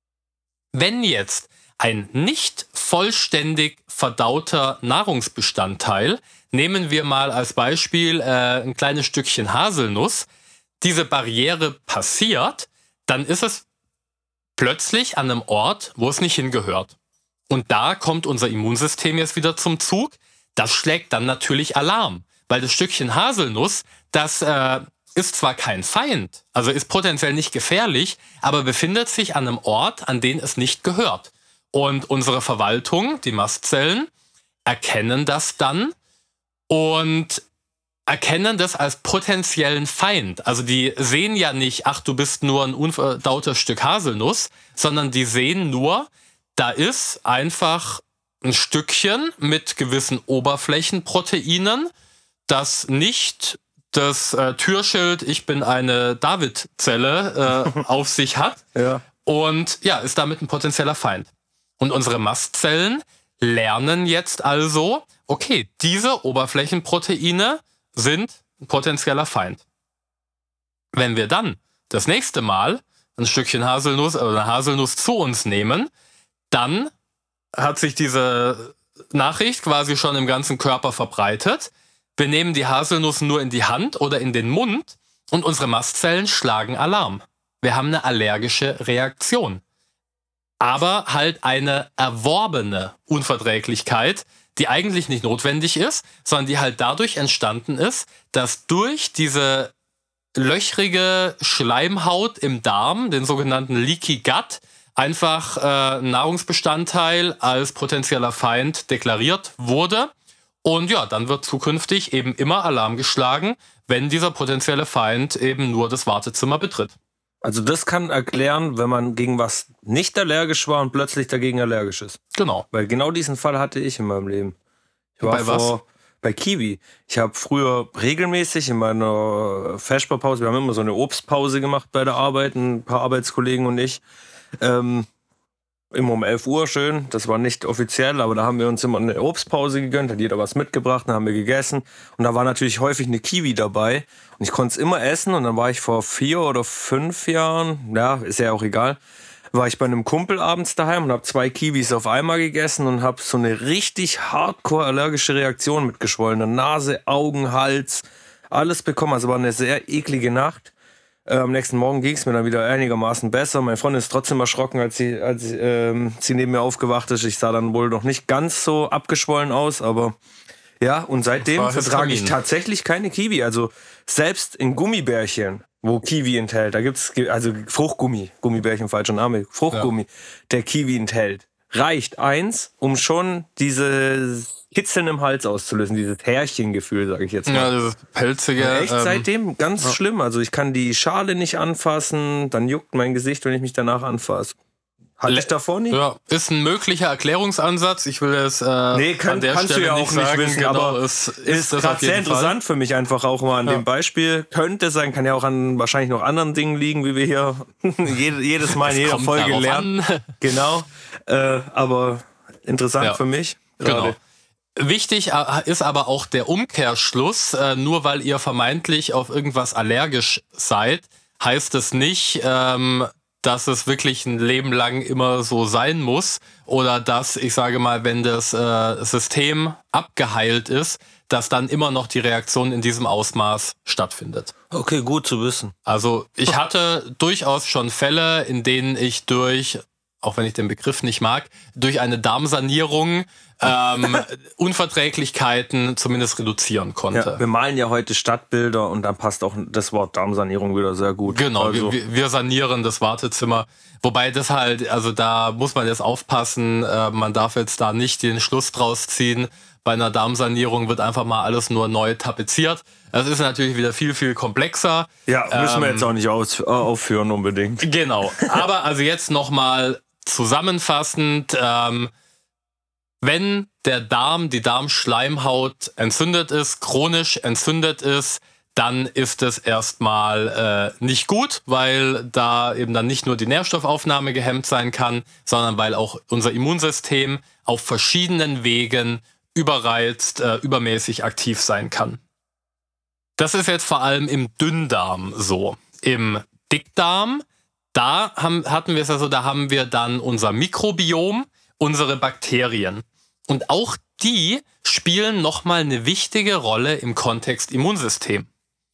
Wenn jetzt ein nicht vollständig verdauter Nahrungsbestandteil, nehmen wir mal als Beispiel äh, ein kleines Stückchen Haselnuss, diese Barriere passiert, dann ist es plötzlich an einem Ort, wo es nicht hingehört. Und da kommt unser Immunsystem jetzt wieder zum Zug. Das schlägt dann natürlich Alarm, weil das Stückchen Haselnuss, das äh, ist zwar kein Feind, also ist potenziell nicht gefährlich, aber befindet sich an einem Ort, an den es nicht gehört. Und unsere Verwaltung, die Mastzellen, erkennen das dann und erkennen das als potenziellen Feind. Also die sehen ja nicht, ach, du bist nur ein unverdautes Stück Haselnuss, sondern die sehen nur, da ist einfach ein Stückchen mit gewissen Oberflächenproteinen, das nicht das äh, Türschild, ich bin eine David-Zelle, äh, auf sich hat. Ja. Und ja, ist damit ein potenzieller Feind. Und unsere Mastzellen lernen jetzt also, okay, diese Oberflächenproteine sind ein potenzieller Feind. Wenn wir dann das nächste Mal ein Stückchen Haselnuss oder eine Haselnuss zu uns nehmen, dann hat sich diese Nachricht quasi schon im ganzen Körper verbreitet. Wir nehmen die Haselnuss nur in die Hand oder in den Mund und unsere Mastzellen schlagen Alarm. Wir haben eine allergische Reaktion. Aber halt eine erworbene Unverträglichkeit, die eigentlich nicht notwendig ist, sondern die halt dadurch entstanden ist, dass durch diese löchrige Schleimhaut im Darm, den sogenannten Leaky Gut, einfach äh, ein Nahrungsbestandteil als potenzieller Feind deklariert wurde. Und ja, dann wird zukünftig eben immer Alarm geschlagen, wenn dieser potenzielle Feind eben nur das Wartezimmer betritt. Also das kann erklären, wenn man gegen was nicht allergisch war und plötzlich dagegen allergisch ist. Genau. Weil genau diesen Fall hatte ich in meinem Leben. Ich war Bei was? vor, bei Kiwi. Ich habe früher regelmäßig in meiner Vesperpause, wir haben immer so eine Obstpause gemacht bei der Arbeit, ein paar Arbeitskollegen und ich. Ähm, immer um elf Uhr schön, das war nicht offiziell, aber da haben wir uns immer eine Obstpause gegönnt, hat jeder was mitgebracht, dann haben wir gegessen und da war natürlich häufig eine Kiwi dabei und ich konnte es immer essen und dann war ich vor vier oder fünf Jahren, ja, ist ja auch egal, war ich bei einem Kumpel abends daheim und habe zwei Kiwis auf einmal gegessen und habe so eine richtig hardcore allergische Reaktion mit geschwollener Nase, Augen, Hals, alles bekommen, also war eine sehr eklige Nacht. Äh, am nächsten Morgen ging es mir dann wieder einigermaßen besser. Meine Freundin ist trotzdem erschrocken, als sie, als ähm, sie neben mir aufgewacht ist. Ich sah dann wohl noch nicht ganz so abgeschwollen aus, aber ja, und seitdem vertrage ich tatsächlich keine Kiwi. Also selbst in Gummibärchen, wo Kiwi enthält, da gibt's also Fruchtgummi, Gummibärchen, falscher Name, Fruchtgummi, ja, der Kiwi enthält, reicht eins, um schon diese Kitzeln im Hals auszulösen, dieses Härchengefühl, sage ich jetzt mal. Ja, dieses pelzige. Ja, echt ähm, seitdem ganz ja. schlimm. Also ich kann die Schale nicht anfassen, dann juckt mein Gesicht, wenn ich mich danach anfasse. Hatte ich davor nicht? Ja, ist ein möglicher Erklärungsansatz. Ich will es äh, nee, kann, an der kannst Stelle du ja nicht auch nicht sagen. wissen, Genau, aber es ist, ist gerade sehr interessant Fall. für mich einfach auch mal an ja. dem Beispiel. Könnte sein, kann ja auch an wahrscheinlich noch anderen Dingen liegen, wie wir hier jedes Mal in jeder Folge lernen. Genau, äh, aber interessant ja. für mich. Genau. Gerade. Wichtig ist aber auch der Umkehrschluss. Nur weil ihr vermeintlich auf irgendwas allergisch seid, heißt es nicht, ähm, dass es wirklich ein Leben lang immer so sein muss oder dass, ich sage mal, wenn das äh, System abgeheilt ist, dass dann immer noch die Reaktion in diesem Ausmaß stattfindet. Okay, gut zu wissen. Also ich hatte durchaus schon Fälle, in denen ich durch, auch wenn ich den Begriff nicht mag, durch eine Darmsanierung ähm, Unverträglichkeiten zumindest reduzieren konnte. Ja, wir malen ja heute Stadtbilder und dann passt auch das Wort Darmsanierung wieder sehr gut. Genau, also. wir, wir sanieren das Wartezimmer. Wobei das halt, also da muss man jetzt aufpassen, äh, man darf jetzt da nicht den Schluss draus ziehen, bei einer Darmsanierung wird einfach mal alles nur neu tapeziert. Das ist natürlich wieder viel, viel komplexer. Ja, müssen ähm, wir jetzt auch nicht aus, äh, aufführen unbedingt. Genau, aber also jetzt nochmal zusammenfassend, ähm, wenn der Darm, die Darmschleimhaut entzündet ist, chronisch entzündet ist, dann ist es erstmal äh, nicht gut, weil da eben dann nicht nur die Nährstoffaufnahme gehemmt sein kann, sondern weil auch unser Immunsystem auf verschiedenen Wegen überreizt, äh, übermäßig aktiv sein kann. Das ist jetzt vor allem im Dünndarm so. Im Dickdarm, da haben, hatten wir es also, da haben wir dann unser Mikrobiom, unsere Bakterien. Und auch die spielen nochmal eine wichtige Rolle im Kontext Immunsystem.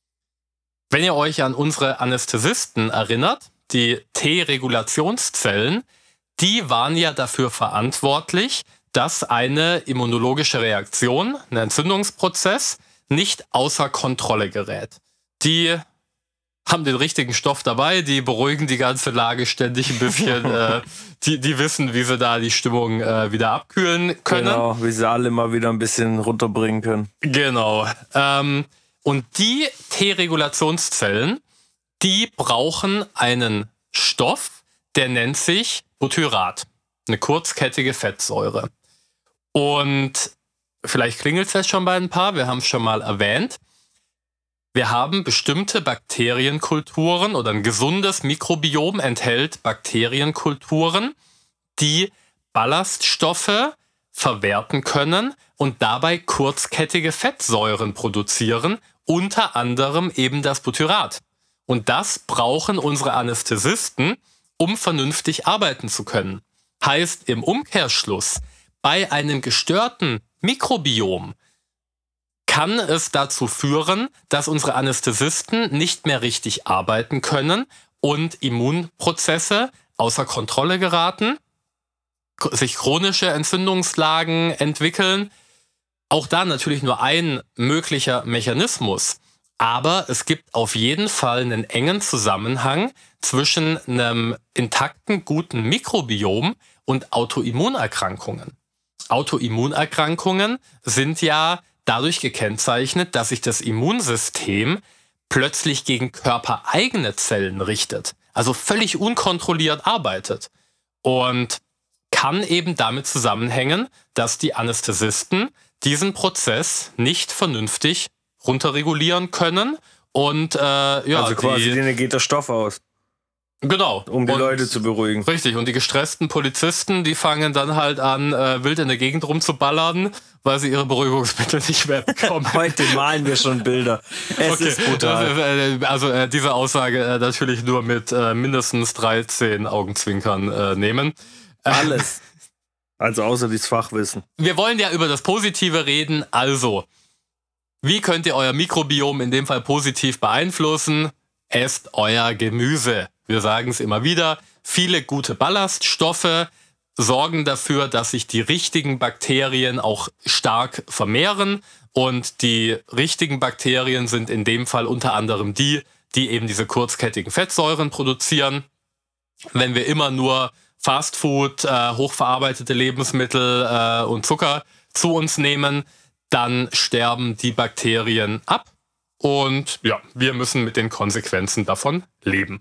Wenn ihr euch an unsere Anästhesisten erinnert, die T-Regulationszellen, die waren ja dafür verantwortlich, dass eine immunologische Reaktion, ein Entzündungsprozess, nicht außer Kontrolle gerät. Die haben den richtigen Stoff dabei, die beruhigen die ganze Lage ständig ein bisschen, äh, die, die wissen, wie sie da die Stimmung äh, wieder abkühlen können. Genau, wie sie alle mal wieder ein bisschen runterbringen können. Genau. Ähm, und die T-Regulationszellen, die brauchen einen Stoff, der nennt sich Butyrat, eine kurzkettige Fettsäure. Und vielleicht klingelt es jetzt schon bei ein paar, wir haben es schon mal erwähnt. Wir haben bestimmte Bakterienkulturen oder ein gesundes Mikrobiom enthält Bakterienkulturen, die Ballaststoffe verwerten können und dabei kurzkettige Fettsäuren produzieren, unter anderem eben das Butyrat. Und das brauchen unsere Anästhesisten, um vernünftig arbeiten zu können. Heißt im Umkehrschluss, bei einem gestörten Mikrobiom kann es dazu führen, dass unsere Anästhesisten nicht mehr richtig arbeiten können und Immunprozesse außer Kontrolle geraten, sich chronische Entzündungslagen entwickeln. Auch da natürlich nur ein möglicher Mechanismus. Aber es gibt auf jeden Fall einen engen Zusammenhang zwischen einem intakten, guten Mikrobiom und Autoimmunerkrankungen. Autoimmunerkrankungen sind ja dadurch gekennzeichnet, dass sich das Immunsystem plötzlich gegen körpereigene Zellen richtet, also völlig unkontrolliert arbeitet und kann eben damit zusammenhängen, dass die Anästhesisten diesen Prozess nicht vernünftig runterregulieren können und äh, ja, also quasi die, denen geht der Stoff aus. Genau. Um die und, Leute zu beruhigen. Richtig. Und die gestressten Polizisten, die fangen dann halt an, äh, wild in der Gegend rumzuballern, weil sie ihre Beruhigungsmittel nicht mehr bekommen. Heute malen wir schon Bilder. Es okay. ist brutal. Ist, äh, also äh, diese Aussage äh, natürlich nur mit äh, mindestens dreizehn Augenzwinkern äh, nehmen. Alles. Also außer dieses Fachwissen. Wir wollen ja über das Positive reden. Also, wie könnt ihr euer Mikrobiom in dem Fall positiv beeinflussen? Esst euer Gemüse. Wir sagen es immer wieder, viele gute Ballaststoffe sorgen dafür, dass sich die richtigen Bakterien auch stark vermehren. Und die richtigen Bakterien sind in dem Fall unter anderem die, die eben diese kurzkettigen Fettsäuren produzieren. Wenn wir immer nur Fastfood, äh, hochverarbeitete Lebensmittel äh, und Zucker zu uns nehmen, dann sterben die Bakterien ab. Und ja, wir müssen mit den Konsequenzen davon leben.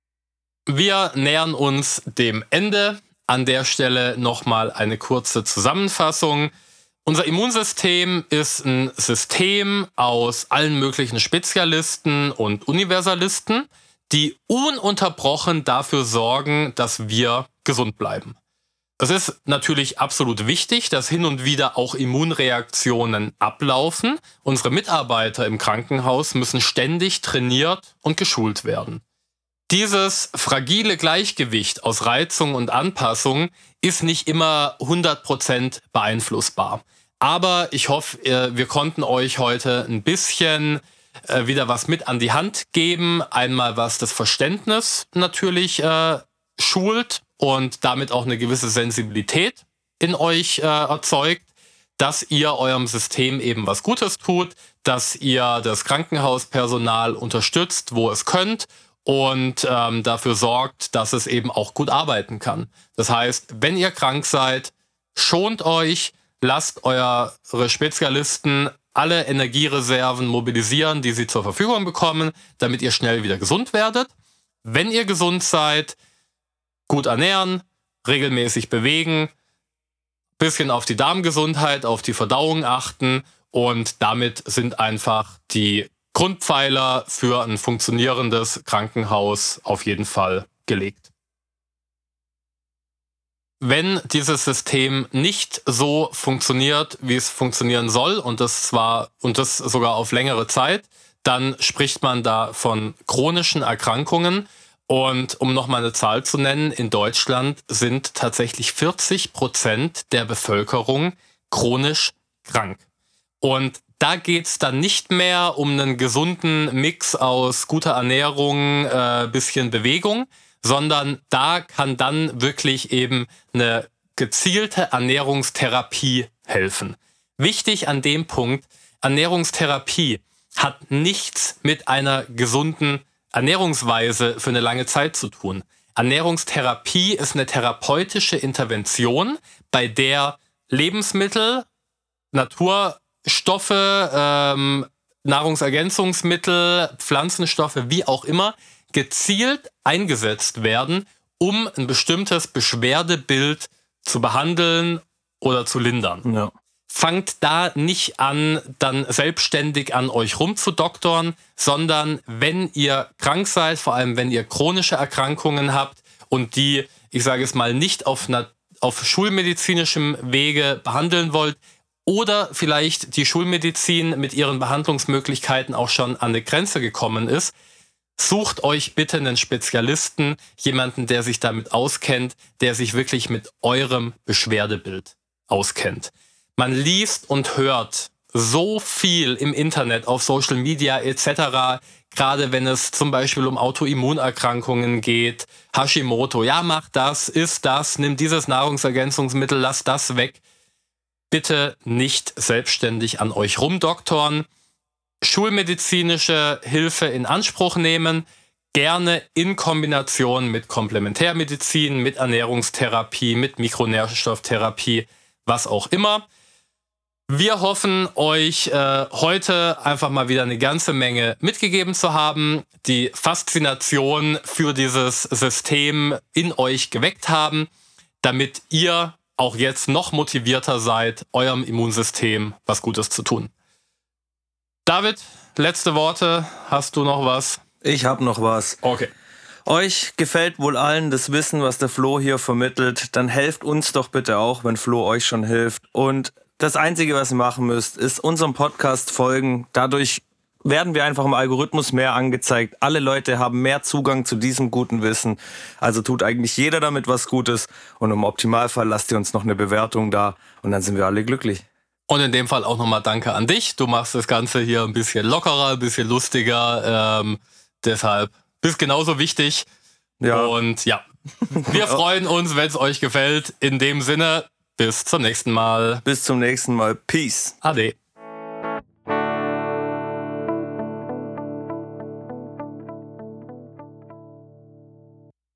Wir nähern uns dem Ende. An der Stelle nochmal eine kurze Zusammenfassung. Unser Immunsystem ist ein System aus allen möglichen Spezialisten und Universalisten, die ununterbrochen dafür sorgen, dass wir gesund bleiben. Es ist natürlich absolut wichtig, dass hin und wieder auch Immunreaktionen ablaufen. Unsere Mitarbeiter im Krankenhaus müssen ständig trainiert und geschult werden. Dieses fragile Gleichgewicht aus Reizung und Anpassung ist nicht immer hundert Prozent beeinflussbar. Aber ich hoffe, wir konnten euch heute ein bisschen wieder was mit an die Hand geben. Einmal, was das Verständnis natürlich äh, schult und damit auch eine gewisse Sensibilität in euch äh, erzeugt, dass ihr eurem System eben was Gutes tut, dass ihr das Krankenhauspersonal unterstützt, wo es könnt, und ähm, dafür sorgt, dass es eben auch gut arbeiten kann. Das heißt, wenn ihr krank seid, schont euch, lasst eure Spezialisten alle Energiereserven mobilisieren, die sie zur Verfügung bekommen, damit ihr schnell wieder gesund werdet. Wenn ihr gesund seid, gut ernähren, regelmäßig bewegen, bisschen auf die Darmgesundheit, auf die Verdauung achten, und damit sind einfach die Grundpfeiler für ein funktionierendes Krankenhaus auf jeden Fall gelegt. Wenn dieses System nicht so funktioniert, wie es funktionieren soll, und das zwar und das sogar auf längere Zeit, dann spricht man da von chronischen Erkrankungen. Und um nochmal eine Zahl zu nennen, in Deutschland sind tatsächlich vierzig Prozent der Bevölkerung chronisch krank. Und da geht's dann nicht mehr um einen gesunden Mix aus guter Ernährung, äh, bisschen Bewegung, sondern da kann dann wirklich eben eine gezielte Ernährungstherapie helfen. Wichtig an dem Punkt, Ernährungstherapie hat nichts mit einer gesunden Ernährungsweise für eine lange Zeit zu tun. Ernährungstherapie ist eine therapeutische Intervention, bei der Lebensmittel, Naturstoffe, ähm, Nahrungsergänzungsmittel, Pflanzenstoffe, wie auch immer, gezielt eingesetzt werden, um ein bestimmtes Beschwerdebild zu behandeln oder zu lindern. Ja. Fangt da nicht an, dann selbstständig an euch rumzudoktern, sondern wenn ihr krank seid, vor allem wenn ihr chronische Erkrankungen habt und die, ich sage es mal, nicht auf, einer, auf schulmedizinischem Wege behandeln wollt, oder vielleicht die Schulmedizin mit ihren Behandlungsmöglichkeiten auch schon an eine Grenze gekommen ist, sucht euch bitte einen Spezialisten, jemanden, der sich damit auskennt, der sich wirklich mit eurem Beschwerdebild auskennt. Man liest und hört so viel im Internet, auf Social Media et cetera, gerade wenn es zum Beispiel um Autoimmunerkrankungen geht, Hashimoto, ja, mach das, isst das, nimm dieses Nahrungsergänzungsmittel, lass das weg. Bitte nicht selbstständig an euch rumdoktoren, schulmedizinische Hilfe in Anspruch nehmen, gerne in Kombination mit Komplementärmedizin, mit Ernährungstherapie, mit Mikronährstofftherapie, was auch immer. Wir hoffen, euch äh, heute einfach mal wieder eine ganze Menge mitgegeben zu haben, die Faszination für dieses System in euch geweckt haben, damit ihr auch jetzt noch motivierter seid, eurem Immunsystem was Gutes zu tun. David, letzte Worte. Hast du noch was? Ich habe noch was. Okay. Euch gefällt wohl allen das Wissen, was der Flo hier vermittelt. Dann helft uns doch bitte auch, wenn Flo euch schon hilft. Und das Einzige, was ihr machen müsst, ist unserem Podcast folgen. Dadurch werden wir einfach im Algorithmus mehr angezeigt. Alle Leute haben mehr Zugang zu diesem guten Wissen. Also tut eigentlich jeder damit was Gutes. Und im Optimalfall lasst ihr uns noch eine Bewertung da. Und dann sind wir alle glücklich. Und in dem Fall auch nochmal Danke an dich. Du machst das Ganze hier ein bisschen lockerer, ein bisschen lustiger. Ähm, deshalb bist genauso wichtig. Ja. Und ja, wir freuen uns, wenn es euch gefällt. In dem Sinne, bis zum nächsten Mal. Bis zum nächsten Mal. Peace. Ade.